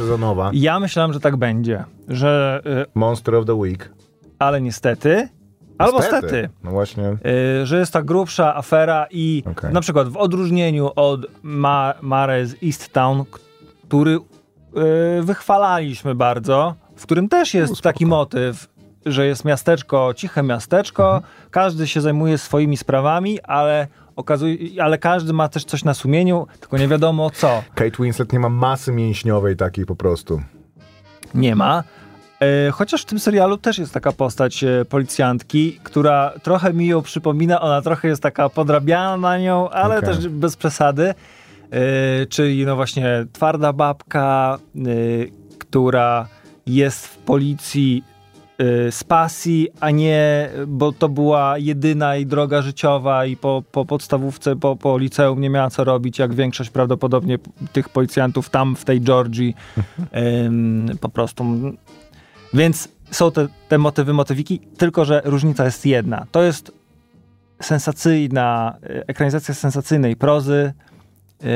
całosezonowa? Ja myślałem, że tak będzie. Że... Y... Monster of the Week. Ale niestety Albo stety. stety. No właśnie. Yy, że jest ta grubsza afera i Okay. na przykład w odróżnieniu od Ma- Mare z East Town, który yy, wychwalaliśmy bardzo, w którym też jest Spoko. taki motyw, że jest miasteczko, ciche miasteczko, mhm. każdy się zajmuje swoimi sprawami, ale okazuje, ale każdy ma też coś na sumieniu, tylko nie wiadomo co. Kate Winslet nie ma masy mięśniowej takiej po prostu. Nie ma. E, chociaż w tym serialu też jest taka postać e, policjantki, która trochę mi ją przypomina, ona trochę jest taka podrabiana na nią, ale Okay. też bez przesady. E, czyli no właśnie twarda babka, e, która jest w policji e, z pasji, a nie, bo to była jedyna i droga życiowa i po, po podstawówce, po, po liceum nie miała co robić, jak większość prawdopodobnie tych policjantów tam w tej Georgii. E, po prostu... Więc są te, te motywy, motywiki, tylko że różnica jest jedna. To jest sensacyjna, ekranizacja sensacyjnej prozy, yy,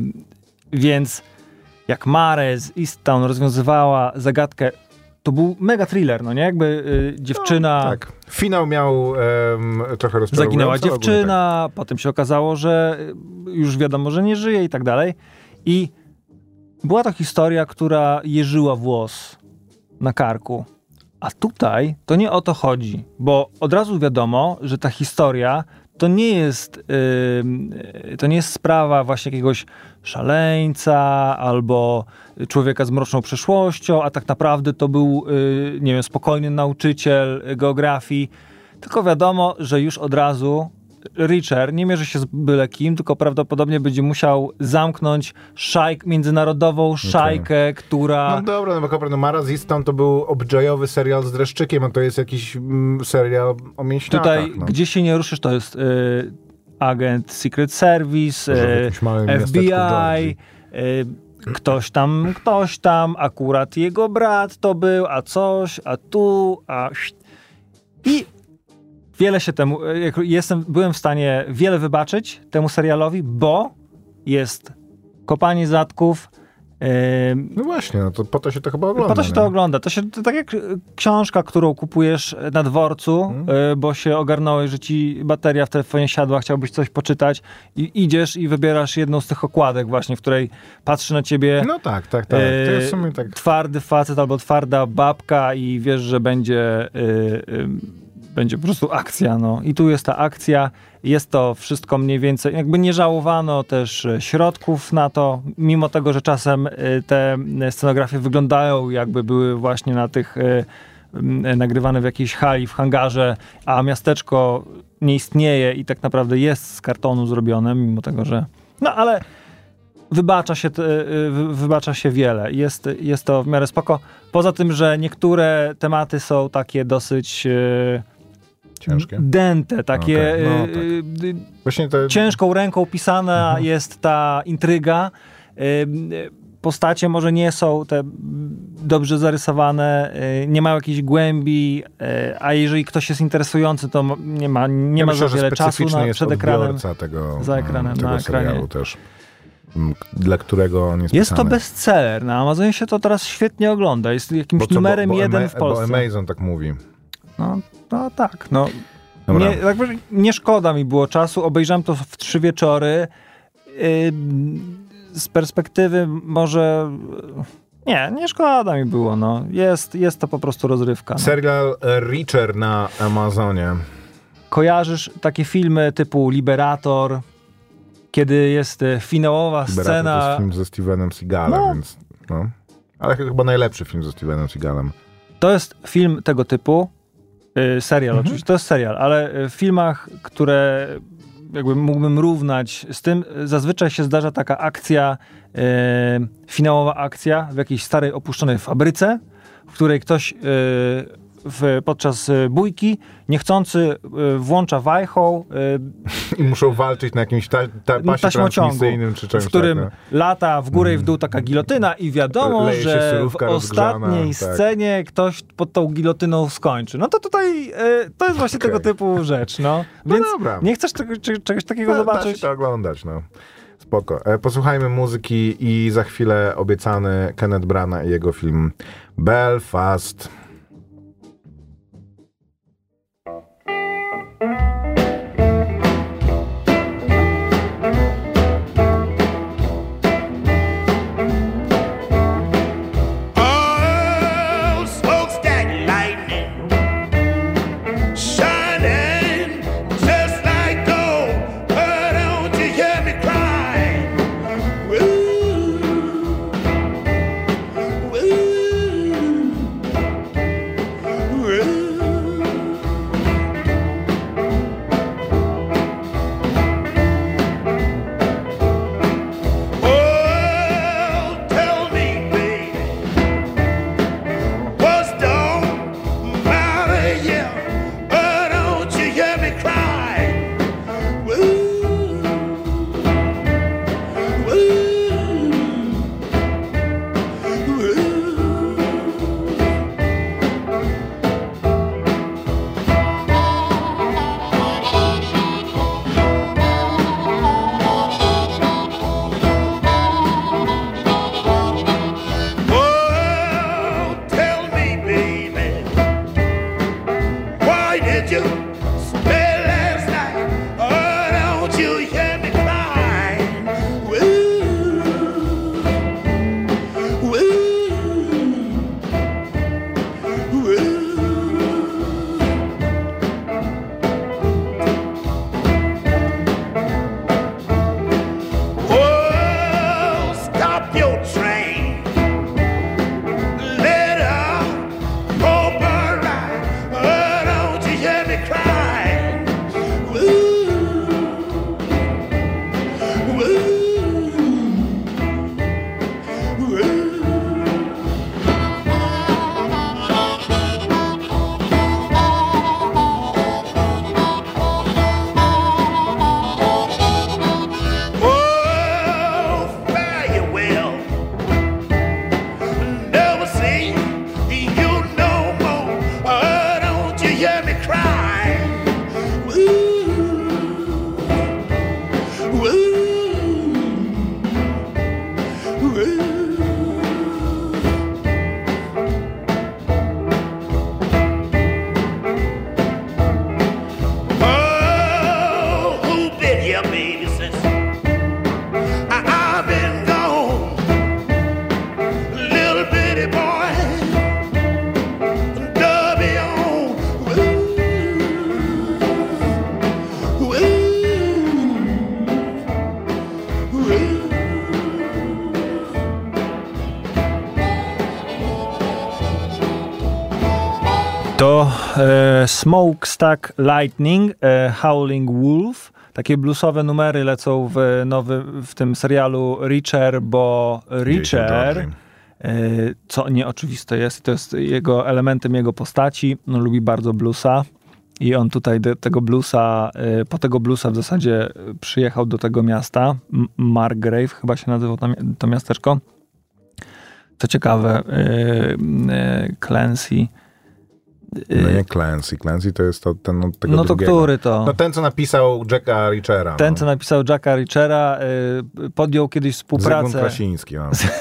więc jak Mare z East Town rozwiązywała zagadkę, to był mega thriller, no nie? Jakby yy, dziewczyna... No, tak. Finał miał um, trochę rozczarowujący. Zaginęła dziewczyna, tak. Potem się okazało, że już wiadomo, że nie żyje i tak dalej. I była to historia, która jeżyła włos na karku. A tutaj to nie o to chodzi, bo od razu wiadomo, że ta historia to nie jest yy, to nie jest sprawa właśnie jakiegoś szaleńca albo człowieka z mroczną przeszłością, a tak naprawdę to był yy, nie wiem, spokojny nauczyciel geografii, tylko wiadomo, że już od razu Reacher nie mierzy się z byle kim, tylko prawdopodobnie będzie musiał zamknąć szajk, międzynarodową szajkę, okay. która... No dobra, no bo no Mara z East Town to był obyczajowy serial z dreszczykiem, a to jest jakiś mm, serial o mięśniakach. Tutaj, no. gdzie się nie ruszysz, to jest y, agent Secret Service, y, F B I, y, ktoś tam, ktoś tam, akurat jego brat to był, a coś, a tu, a... I wiele się temu, jestem, byłem w stanie wiele wybaczyć temu serialowi, bo jest kopanie zatków. Yy, no właśnie, no to po to się to chyba ogląda. Po to się nie? to ogląda. To się to tak jak książka, którą kupujesz na dworcu, hmm. yy, bo się ogarnąłeś, że ci bateria w telefonie siadła, chciałbyś coś poczytać i idziesz i wybierasz jedną z tych okładek właśnie, w której patrzy na ciebie no tak, tak, tak. Yy, to jest w sumie tak. twardy facet albo twarda babka i wiesz, że będzie yy, yy, będzie po prostu akcja, no. I tu jest ta akcja, jest to wszystko mniej więcej, jakby nie żałowano też środków na to, mimo tego, że czasem te scenografie wyglądają jakby były właśnie na tych nagrywane w jakiejś hali, w hangarze, a miasteczko nie istnieje i tak naprawdę jest z kartonu zrobione, mimo tego, że... No, ale wybacza się, wybacza się wiele. Jest, jest to w miarę spoko. Poza tym, że niektóre tematy są takie dosyć... Ciężkie. Dęte, takie okay. no, tak. y, Właśnie te... ciężką ręką pisana mhm. jest ta intryga. Y, postacie może nie są te dobrze zarysowane, y, nie mają jakiejś głębi, y, a jeżeli ktoś jest interesujący, to nie ma, nie ja ma myślę, za wiele czasu na, jest przed ekranem. Tego, za ekranem, tego na ekranie. Też, dla którego on jest Jest pisany. to bestseller. Na Amazonie się to teraz świetnie ogląda. Jest jakimś co, numerem bo, bo jeden Ama- w Polsce. Bo Amazon tak mówi. No, no tak, no. Nie, tak, nie szkoda mi było czasu, obejrzałem to w trzy wieczory. Yy, z perspektywy może... Nie, nie szkoda mi było, no. Jest, jest to po prostu rozrywka. No. Serial Reacher na Amazonie. Kojarzysz takie filmy typu Liberator, kiedy jest finałowa Liberator scena... to jest film ze Stevenem Seagalem, no. więc... No. Ale chyba najlepszy film ze Stevenem Seagalem. To jest film tego typu, yy, serial mhm. oczywiście, to jest serial, ale w filmach, które jakby mógłbym równać z tym, zazwyczaj się zdarza taka akcja, yy, finałowa akcja w jakiejś starej, opuszczonej fabryce, w której ktoś yy, w, podczas bójki niechcący yy, włącza wajchą yy, i muszą walczyć na jakimś ta, ta, pasie transmisyjnym czy czymś, w którym tak, no. lata w górę i w dół taka gilotyna i wiadomo, Leje że w ostatniej rozgrzana, scenie tak. ktoś pod tą gilotyną skończy. No to tutaj yy, to jest właśnie okay. tego typu rzecz, no. Więc no dobra. nie chcesz tego, czy, czegoś takiego no, zobaczyć? Da się to oglądać, no. Spoko. E, posłuchajmy muzyki i za chwilę obiecany Kenneth Branagh i jego film Belfast. Smokestack Lightning, e, Howling Wolf. Takie bluesowe numery lecą w, nowy, w tym serialu Reacher, bo Reacher, e, co nieoczywiste jest, to jest jego elementem jego postaci, no, lubi bardzo bluesa i on tutaj do tego bluesa, e, po tego bluesa w zasadzie przyjechał do tego miasta, M- Margrave chyba się nazywa to, to miasteczko. Co ciekawe, e, e, Clancy No nie Clancy. Clancy to jest to, ten od tego No to drugiego. który to? No ten, co napisał Jacka Reachera. Ten, no. co napisał Jacka Reachera, y, podjął kiedyś współpracę Zygmunt Krasiński. No. z,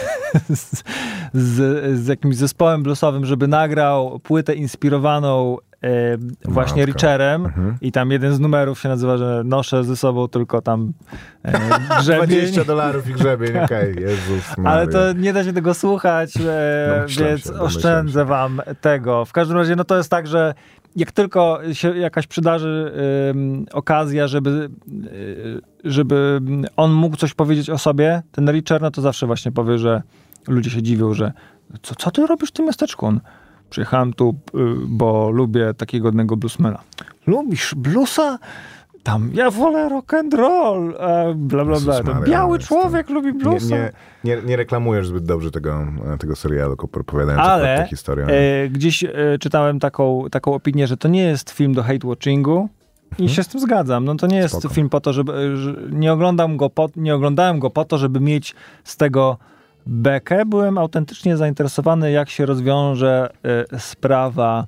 z, z jakimś zespołem bluesowym, żeby nagrał płytę inspirowaną y, właśnie Matko. Reacherem Mhm. i tam jeden z numerów się nazywa, że noszę ze sobą tylko tam y, grzebień. dwadzieścia dolarów i grzebień, okej, okay. Jezus Maria. Ale to nie da się tego słuchać, e, Domyślam więc się, domyślam oszczędzę się. wam tego. W każdym razie, no to jest tak, że jak tylko się jakaś przydarzy ym, okazja, żeby, y, żeby on mógł coś powiedzieć o sobie, ten Reacher, no to zawsze właśnie powie, że ludzie się dziwią, że co, co ty robisz w tym miasteczku? On, przyjechałem tu, y, bo lubię takiego jednego bluesmana. Lubisz bluesa? Tam, ja wolę rock and roll, e, bla, bla, bla. Jezus Maria, Biały jest człowiek lubi Nie, bluesa. nie, nie, nie reklamujesz zbyt dobrze tego, tego serialu, tylko opowiadając Ale tę historię. e, gdzieś e, czytałem taką, taką opinię, że to nie jest film do hate-watchingu i się z tym zgadzam. No to nie jest Spoko. film po to, żeby... Że nie, oglądam go po, nie oglądałem go po to, żeby mieć z tego bekę. Byłem autentycznie zainteresowany, jak się rozwiąże e, sprawa...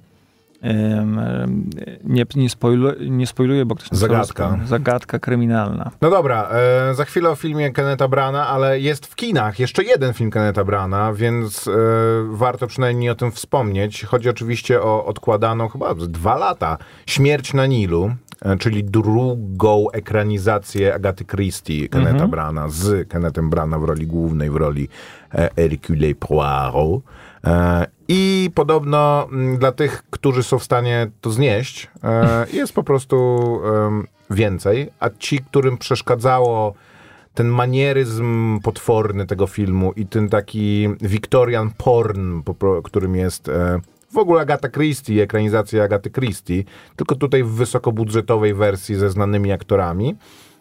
Ym, ym, nie, nie, spoiluję, nie spoiluję, bo ktoś nie Zagadka. spoiluję. Zagadka kryminalna. No dobra, e, za chwilę o filmie Kennetha Brana, ale jest w kinach jeszcze jeden film Kennetha Brana, więc e, warto przynajmniej o tym wspomnieć. Chodzi oczywiście o odkładaną chyba dwa lata Śmierć na Nilu, e, czyli drugą ekranizację Agaty Christie Kennetha Mhm. Brana z Kennethem Brana w roli głównej, w roli e, Hercule Poirot. E, I podobno m, dla tych, którzy są w stanie to znieść, e, jest po prostu em, więcej, a ci, którym przeszkadzało ten manieryzm potworny tego filmu i ten taki Victorian porn, po, pro- którym jest e, w ogóle Agata Christie, ekranizacja Agaty Christie, tylko tutaj w wysokobudżetowej wersji ze znanymi aktorami,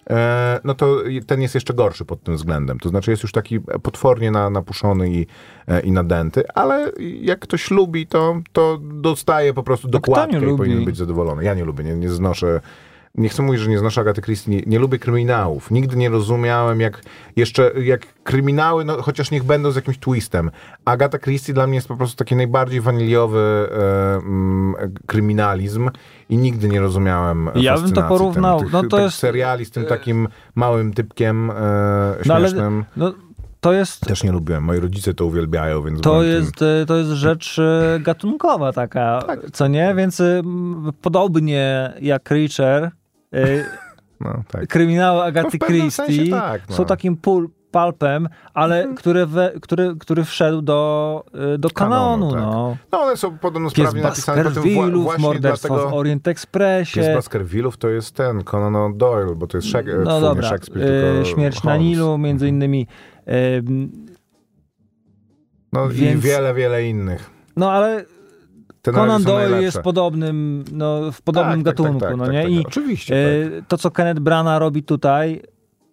e, no to ten jest jeszcze gorszy pod tym względem. To znaczy jest już taki potwornie na, napuszony i, e, i nadęty, ale jak ktoś lubi, to, to dostaje po prostu kto dokładkę nie i lubi? powinien być zadowolony. Ja nie lubię, nie, nie znoszę. Nie chcę mówić, że nie znoszę Agaty Christie, nie, nie lubię kryminałów. Nigdy nie rozumiałem, jak jeszcze, jak kryminały, no chociaż niech będą z jakimś twistem. Agata Christie dla mnie jest po prostu taki najbardziej waniliowy e, mm, kryminalizm i nigdy nie rozumiałem Ja bym to fascynacji porównał, Tym, tych, no to tych jest- seriali z tym takim małym typkiem e, No ale śmiesznym. no, to jest... Też nie lubiłem. Moi rodzice to uwielbiają, więc... To byłem jest, e, to jest rzecz e, gatunkowa taka, co nie? Więc e, m, podobnie jak Reacher, e, Tym, no, tak. kryminały Agaty No w pewnym Christie sensie tak, no. są takim pul, pulpem, ale który, we, który, który wszedł do, e, do kanonu. Kanonu, tak. no. No one są podobno Pies sprawnie napisane. Potem wła- Baskervillów, właśnie morderstwo dlatego... w Orient Pies Expressie. Baskervillów to jest ten, Conan Doyle, bo to jest Shak- No twój, nie dobra, Shakespeare, e, tylko Śmierć na Holmes. Nilu, między innymi. E, No Więc- i wiele, wiele innych. no ale Te na Conan razie są Doyle najlepsze. jest podobnym, no, w podobnym Tak, tak, gatunku, tak, tak, no tak, nie? tak, I tak. Oczywiście, e, tak. to, co Kenneth Branagh robi tutaj,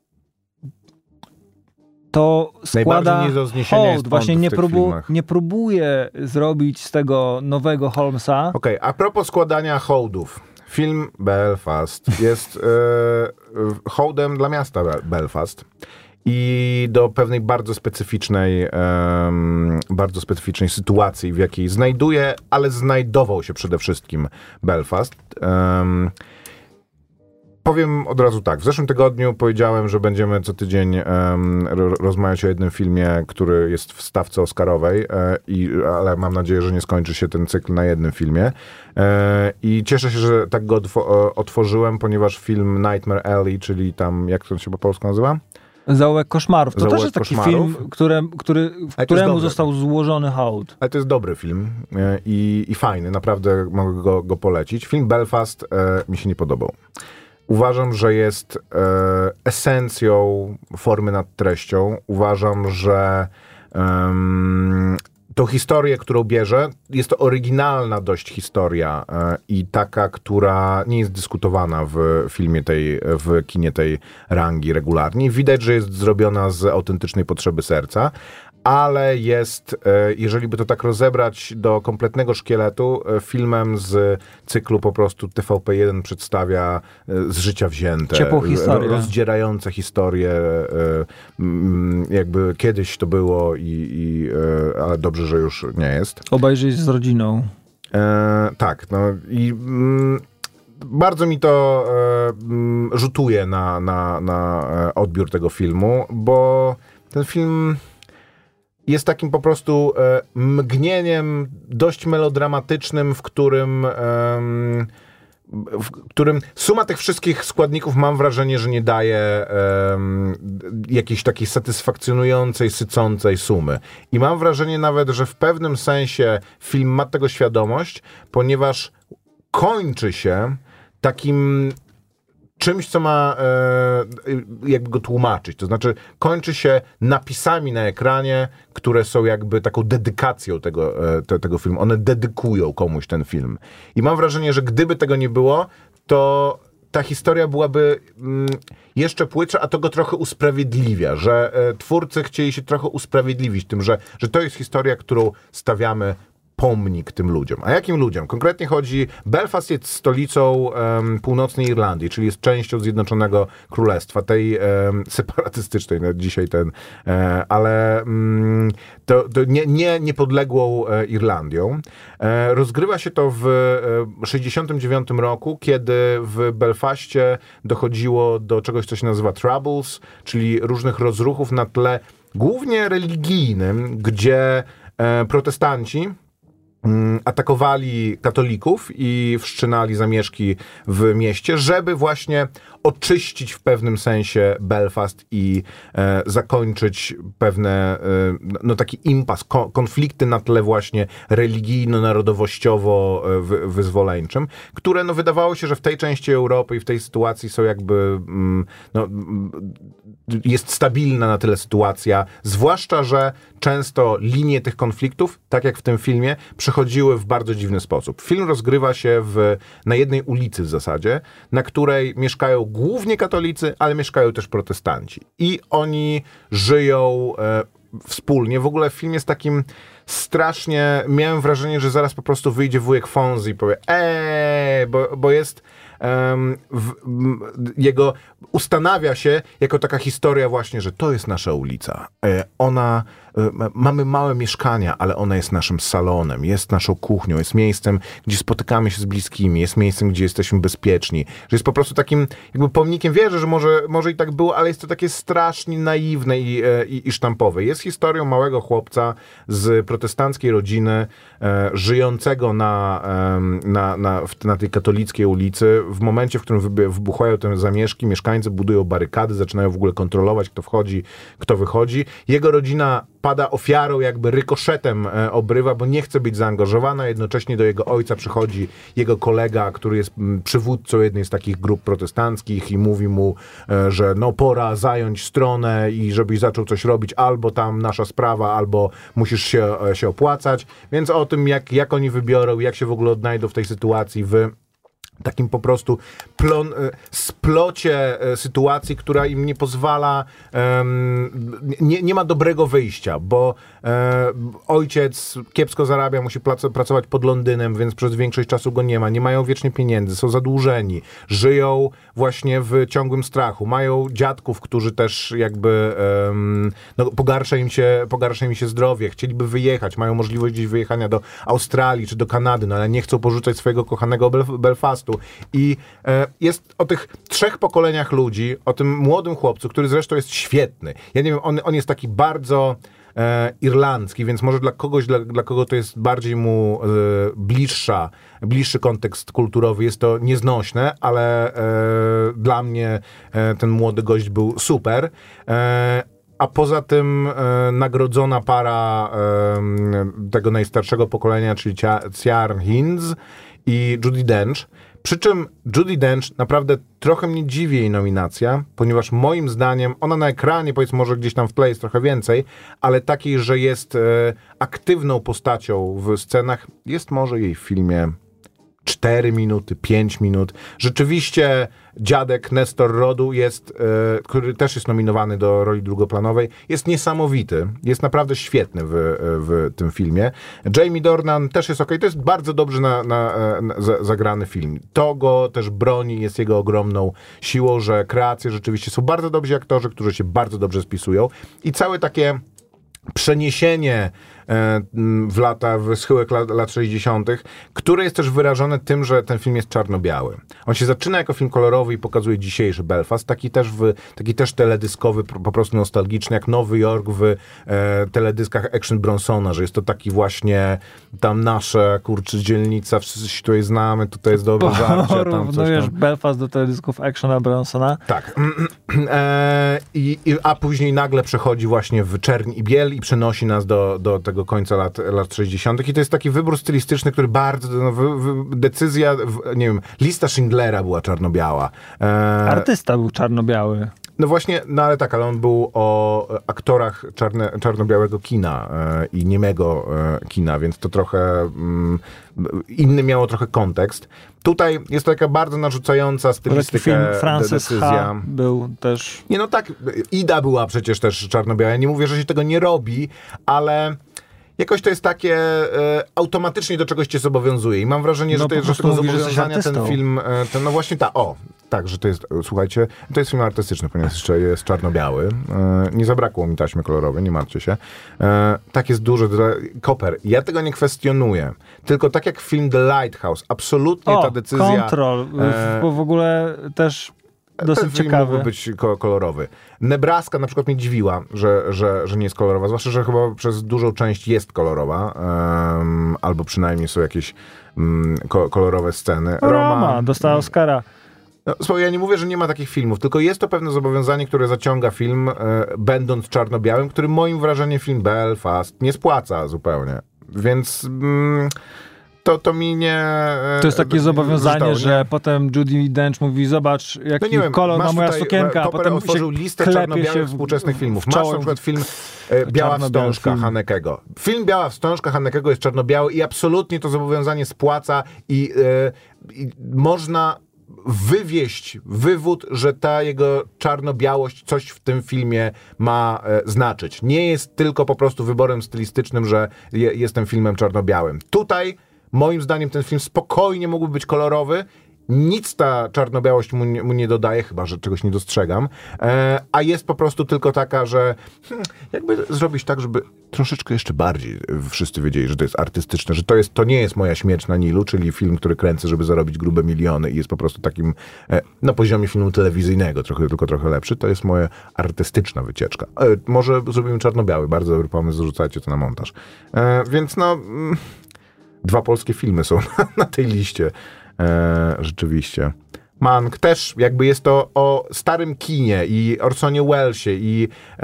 to składa Najbardziej nie do zniesienia jest hołd. Bond Właśnie w nie, tych próbu, filmach. nie próbuje zrobić z tego nowego Holmesa. Okej, a propos składania hołdów. Film Belfast jest e, e, hołdem dla miasta Be- Belfast i do pewnej bardzo specyficznej, em, bardzo specyficznej sytuacji, w jakiej znajduje, ale znajdował się przede wszystkim Belfast. Em, Powiem od razu tak. W zeszłym tygodniu powiedziałem, że będziemy co tydzień em, ro- rozmawiać o jednym filmie, który jest w stawce oscarowej, e, i, ale mam nadzieję, że nie skończy się ten cykl na jednym filmie. E, I cieszę się, że tak go otw- o- otworzyłem, ponieważ film Nightmare Alley, czyli tam, jak to się po polsku nazywa? Zaułek koszmarów. To Zaułek też jest taki koszmarów. film, które, który, jest któremu dobry. został złożony hołd. Ale to jest dobry film e, i, i fajny, naprawdę mogę go, go polecić. Film Belfast e, mi się nie podobał. Uważam, że jest e, esencją formy nad treścią. Uważam, że em, tą historię, którą bierze, jest to oryginalna dość historia e, i taka, która nie jest dyskutowana w filmie tej, w kinie tej rangi regularnie. Widać, że jest zrobiona z autentycznej potrzeby serca, ale jest, jeżeli by to tak rozebrać do kompletnego szkieletu, filmem z cyklu po prostu T V P jeden przedstawia z życia wzięte. Ciepłą historię. Rozdzierające historie, jakby kiedyś to było, i, i, ale dobrze, że już nie jest. Obejrzyj z rodziną. E, tak, no i... Mm, bardzo mi to e, rzutuje na, na, na odbiór tego filmu, bo ten film jest takim po prostu e, mgnieniem dość melodramatycznym, w którym, e, w którym suma tych wszystkich składników, mam wrażenie, że nie daje e, jakiejś takiej satysfakcjonującej, sycącej sumy. I mam wrażenie nawet, że w pewnym sensie film ma tego świadomość, ponieważ kończy się takim czymś, co ma e, jakby go tłumaczyć. To znaczy kończy się napisami na ekranie, które są jakby taką dedykacją tego, e, te, tego filmu. One dedykują komuś ten film. I mam wrażenie, że gdyby tego nie było, to ta historia byłaby mm, jeszcze płytsza, a to go trochę usprawiedliwia, że e, twórcy chcieli się trochę usprawiedliwić tym, że, że to jest historia, którą stawiamy pomnik tym ludziom. A jakim ludziom? Konkretnie chodzi, Belfast jest stolicą um, północnej Irlandii, czyli jest częścią Zjednoczonego Królestwa, tej um, separatystycznej, no dzisiaj ten, e, ale um, to, to nie, nie niepodległą e, Irlandią. E, rozgrywa się to w e, sześćdziesiątym dziewiątym roku, kiedy w Belfaście dochodziło do czegoś, co się nazywa Troubles, czyli różnych rozruchów na tle głównie religijnym, gdzie e, protestanci atakowali katolików i wszczynali zamieszki w mieście, żeby właśnie oczyścić w pewnym sensie Belfast i e, zakończyć pewne, e, no taki impas, ko- konflikty na tle właśnie religijno-narodowościowo-wyzwoleńczym, które no wydawało się, że w tej części Europy i w tej sytuacji są jakby mm, no, jest stabilna na tyle sytuacja, zwłaszcza, że często linie tych konfliktów, tak jak w tym filmie, przechodziły w bardzo dziwny sposób. Film rozgrywa się w, na jednej ulicy w zasadzie, na której mieszkają głównie katolicy, ale mieszkają też protestanci. I oni żyją e, wspólnie. W ogóle film jest takim strasznie... Miałem wrażenie, że zaraz po prostu wyjdzie wujek Fonzie i powie eee, bo, bo jest... Um, w, m, jego ustanawia się jako taka historia właśnie, że to jest nasza ulica. E, ona, e, mamy małe mieszkania, ale ona jest naszym salonem, jest naszą kuchnią, jest miejscem, gdzie spotykamy się z bliskimi, jest miejscem, gdzie jesteśmy bezpieczni. Że jest po prostu takim jakby pomnikiem. Wierzę, że może, może i tak było, ale jest to takie strasznie naiwne i, e, i, i sztampowe. Jest historią małego chłopca z protestanckiej rodziny, e, żyjącego na, e, na, na, w, na tej katolickiej ulicy. W momencie, w którym wybuchają te zamieszki, mieszkańcy budują barykady, zaczynają w ogóle kontrolować, kto wchodzi, kto wychodzi. Jego rodzina pada ofiarą, jakby rykoszetem e, obrywa, bo nie chce być zaangażowana. Jednocześnie do jego ojca przychodzi jego kolega, który jest m, przywódcą jednej z takich grup protestanckich i mówi mu, e, że no pora zająć stronę i żebyś zaczął coś robić, albo tam nasza sprawa, albo musisz się, e, się opłacać. Więc o tym, jak, jak oni wybiorą, jak się w ogóle odnajdą w tej sytuacji w takim po prostu plon, splocie sytuacji, która im nie pozwala, um, nie, nie ma dobrego wyjścia, bo um, ojciec kiepsko zarabia, musi plac- pracować pod Londynem, więc przez większość czasu go nie ma, nie mają wiecznie pieniędzy, są zadłużeni, żyją właśnie w ciągłym strachu, mają dziadków, którzy też jakby um, no, pogarsza im się, pogarsza im się zdrowie, chcieliby wyjechać, mają możliwość gdzieś wyjechania do Australii czy do Kanady, no ale nie chcą porzucać swojego kochanego Belf- Belfastu. I e, jest o tych trzech pokoleniach ludzi, o tym młodym chłopcu, który zresztą jest świetny. Ja nie wiem, on, on jest taki bardzo e, irlandzki, więc może dla kogoś, dla, dla kogo to jest bardziej mu e, bliższa, bliższy kontekst kulturowy, jest to nieznośne, ale e, dla mnie e, ten młody gość był super. E, A poza tym e, nagrodzona para e, tego najstarszego pokolenia, czyli Ciarán Hinds i Judi Dench, Przy czym Judi Dench, naprawdę trochę mnie dziwi jej nominacja, ponieważ moim zdaniem ona na ekranie, powiedzmy, może gdzieś tam w tle jest trochę więcej, ale takiej, że jest e, aktywną postacią w scenach, jest może jej w filmie cztery minuty, pięć minut. Rzeczywiście dziadek Nestor Rodu jest, e, który też jest nominowany do roli drugoplanowej, jest niesamowity. Jest naprawdę świetny w, w tym filmie. Jamie Dornan też jest okej. To jest bardzo dobrze na, na, na, zagrany film. To go też broni, jest jego ogromną siłą, że kreacje rzeczywiście są bardzo dobrzy aktorzy, którzy się bardzo dobrze spisują. I całe takie przeniesienie w lata, w schyłek lat, lat sześćdziesiątych, które jest też wyrażone tym, że ten film jest czarno-biały. On się zaczyna jako film kolorowy i pokazuje dzisiejszy Belfast, taki też, w, taki też teledyskowy, po prostu nostalgiczny, jak Nowy Jork w e, teledyskach Action Bronsona, że jest to taki właśnie tam nasze, kurczę, dzielnica, wszyscy się tutaj znamy, tutaj jest dobre żarcie, tam coś tam. Belfast do teledysków Actiona Bronsona. Tak. E, i, i, a później nagle przechodzi właśnie w czerń i biel i przenosi nas do, do tego końca lat, lat sześćdziesiątych. I to jest taki wybór stylistyczny, który bardzo, no, wy, wy, decyzja, w, nie wiem, lista Schindlera była czarno-biała. E, Artysta był czarno-biały. No właśnie, no ale tak, ale on był o aktorach czarne, czarno-białego kina e, i niemego e, kina, więc to trochę mm, inny miało trochę kontekst. Tutaj jest to taka bardzo narzucająca stylistykę film Francis decyzja. H. był też... Nie, no tak, Ida była przecież też czarno-biała. Ja nie mówię, że się tego nie robi, ale jakoś to jest takie e, automatycznie do czegoś cię zobowiązuje. I mam wrażenie, no, że, to jest, że tego mówisz, zobowiązania że ten film, e, ten, no właśnie ta, o, tak, że to jest, słuchajcie, to jest film artystyczny, ponieważ jeszcze jest czarno-biały. E, nie zabrakło mi taśmy kolorowej, nie martwcie się. E, tak jest duży, Koper. Ja tego nie kwestionuję. Tylko tak jak film The Lighthouse, absolutnie o, ta decyzja... Control, e, bo w ogóle też dosyć ten film ciekawy. mógłby być kolorowy. Nebraska na przykład mnie dziwiła, że, że, że nie jest kolorowa, zwłaszcza, że chyba przez dużą część jest kolorowa, um, albo przynajmniej są jakieś um, ko- kolorowe sceny. Roma, Roma dostała Oscara. No, słuchaj, ja nie mówię, że nie ma takich filmów, tylko jest to pewne zobowiązanie, które zaciąga film, e, będąc czarno-białym, który moim wrażeniem film Belfast nie spłaca zupełnie. Więc... Mm, To, to mi nie... To jest takie zobowiązanie, że potem Judi Dench mówi, zobacz, jaki no nie wiem, kolor ma moja tutaj, sukienka, a potem otworzył listę czarno-białych współczesnych filmów. Masz na przykład film e, Biała wstążka film. Hanekego. Film Biała wstążka Hanekego jest czarno-biały i absolutnie to zobowiązanie spłaca i, e, i można wywieść wywód, że ta jego czarno-białość coś w tym filmie ma e, znaczyć. Nie jest tylko po prostu wyborem stylistycznym, że je, jestem filmem czarno-białym. Tutaj moim zdaniem ten film spokojnie mógłby być kolorowy. Nic ta czarno-białość mu nie, mu nie dodaje, chyba że czegoś nie dostrzegam. E, a jest po prostu tylko taka, że hmm, jakby zrobić tak, żeby troszeczkę jeszcze bardziej wszyscy wiedzieli, że to jest artystyczne, że to, jest, to nie jest Moja śmierć na Nilu, czyli film, który kręcę, żeby zarobić grube miliony i jest po prostu takim e, na poziomie filmu telewizyjnego, trochę, tylko trochę lepszy. To jest moja artystyczna wycieczka. E, może zrobimy czarno-biały, bardzo dobry pomysł, zarzucajcie to na montaż. E, więc no... Mm, dwa polskie filmy są na, na tej liście. E, rzeczywiście. Mank też, jakby jest to o starym kinie i Orsonie Wellesie i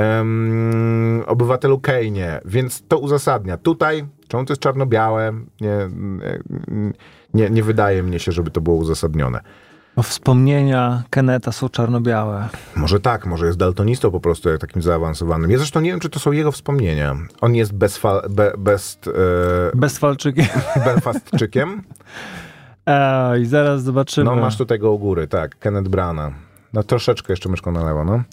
um, Obywatelu Kane'ie, więc to uzasadnia. Tutaj, czemu to jest czarno-białe, nie, nie, nie wydaje mnie się, żeby to było uzasadnione. Bo wspomnienia Kenneta są czarno-białe. Może tak, może jest daltonistą po prostu, jak takim zaawansowanym. Ja zresztą nie wiem, czy to są jego wspomnienia. On jest bezfal, be, best, e, bezfalczykiem. Belfastczykiem. E, I zaraz zobaczymy. No masz tutaj go u góry, tak, Kenneth Branagh. No troszeczkę jeszcze myszką na lewo, no.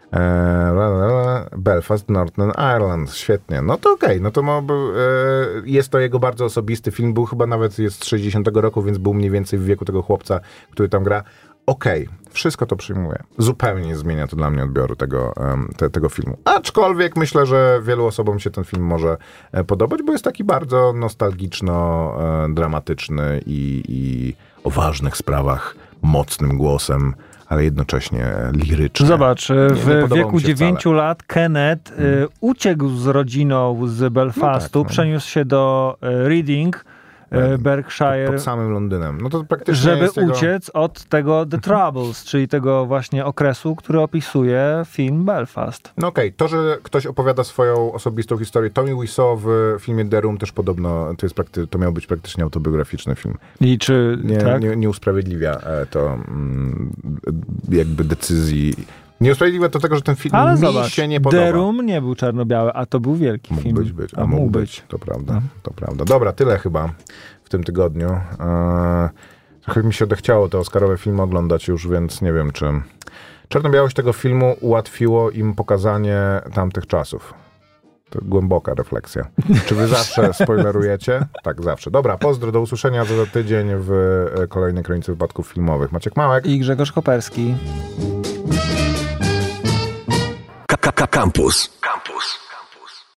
E, Belfast, Northern Ireland, świetnie. No to okej, okay. No to ma, e, jest to jego bardzo osobisty film, był chyba nawet jest z sześćdziesiątego roku, więc był mniej więcej w wieku tego chłopca, który tam gra. Okej, okay. Wszystko to przyjmuję. Zupełnie nie zmienia to dla mnie odbioru tego, te, tego filmu. Aczkolwiek myślę, że wielu osobom się ten film może podobać, bo jest taki bardzo nostalgiczno-dramatyczny i, i o ważnych sprawach mocnym głosem, ale jednocześnie liryczny. Zobacz, w nie, nie wieku dziewięciu lat Kenneth hmm. uciekł z rodziną z Belfastu, no tak, no. Przeniósł się do Reading, Berkshire, pod samym Londynem. No to praktycznie żeby jest jego... uciec od tego The Troubles, czyli tego właśnie okresu, który opisuje film Belfast. No okej, okay. To, że ktoś opowiada swoją osobistą historię. Tommy Wiseau w filmie The Room też podobno, to, jest prakty- to miał być praktycznie autobiograficzny film. I czy nie, tak? nie, nie usprawiedliwia to mm, jakby decyzji. Nie usprawiedliwia to tego, że ten film Ale mi zobacz, się nie podoba. The Room nie był czarno-biały, a to był wielki mógł film. Być, być, a, a mógł, mógł być. być. To prawda, to prawda. Dobra, tyle chyba w tym tygodniu. Eee, trochę mi się odechciało te oscarowe filmy oglądać już, więc nie wiem, czy czarno-białość tego filmu ułatwiło im pokazanie tamtych czasów. To głęboka refleksja. Czy wy zawsze spoilerujecie? Tak, zawsze. Dobra, pozdro, do usłyszenia za tydzień w kolejnej Kronice Wypadków Filmowych. Maciek Małek i Grzegorz Koperski. Campus. Campus.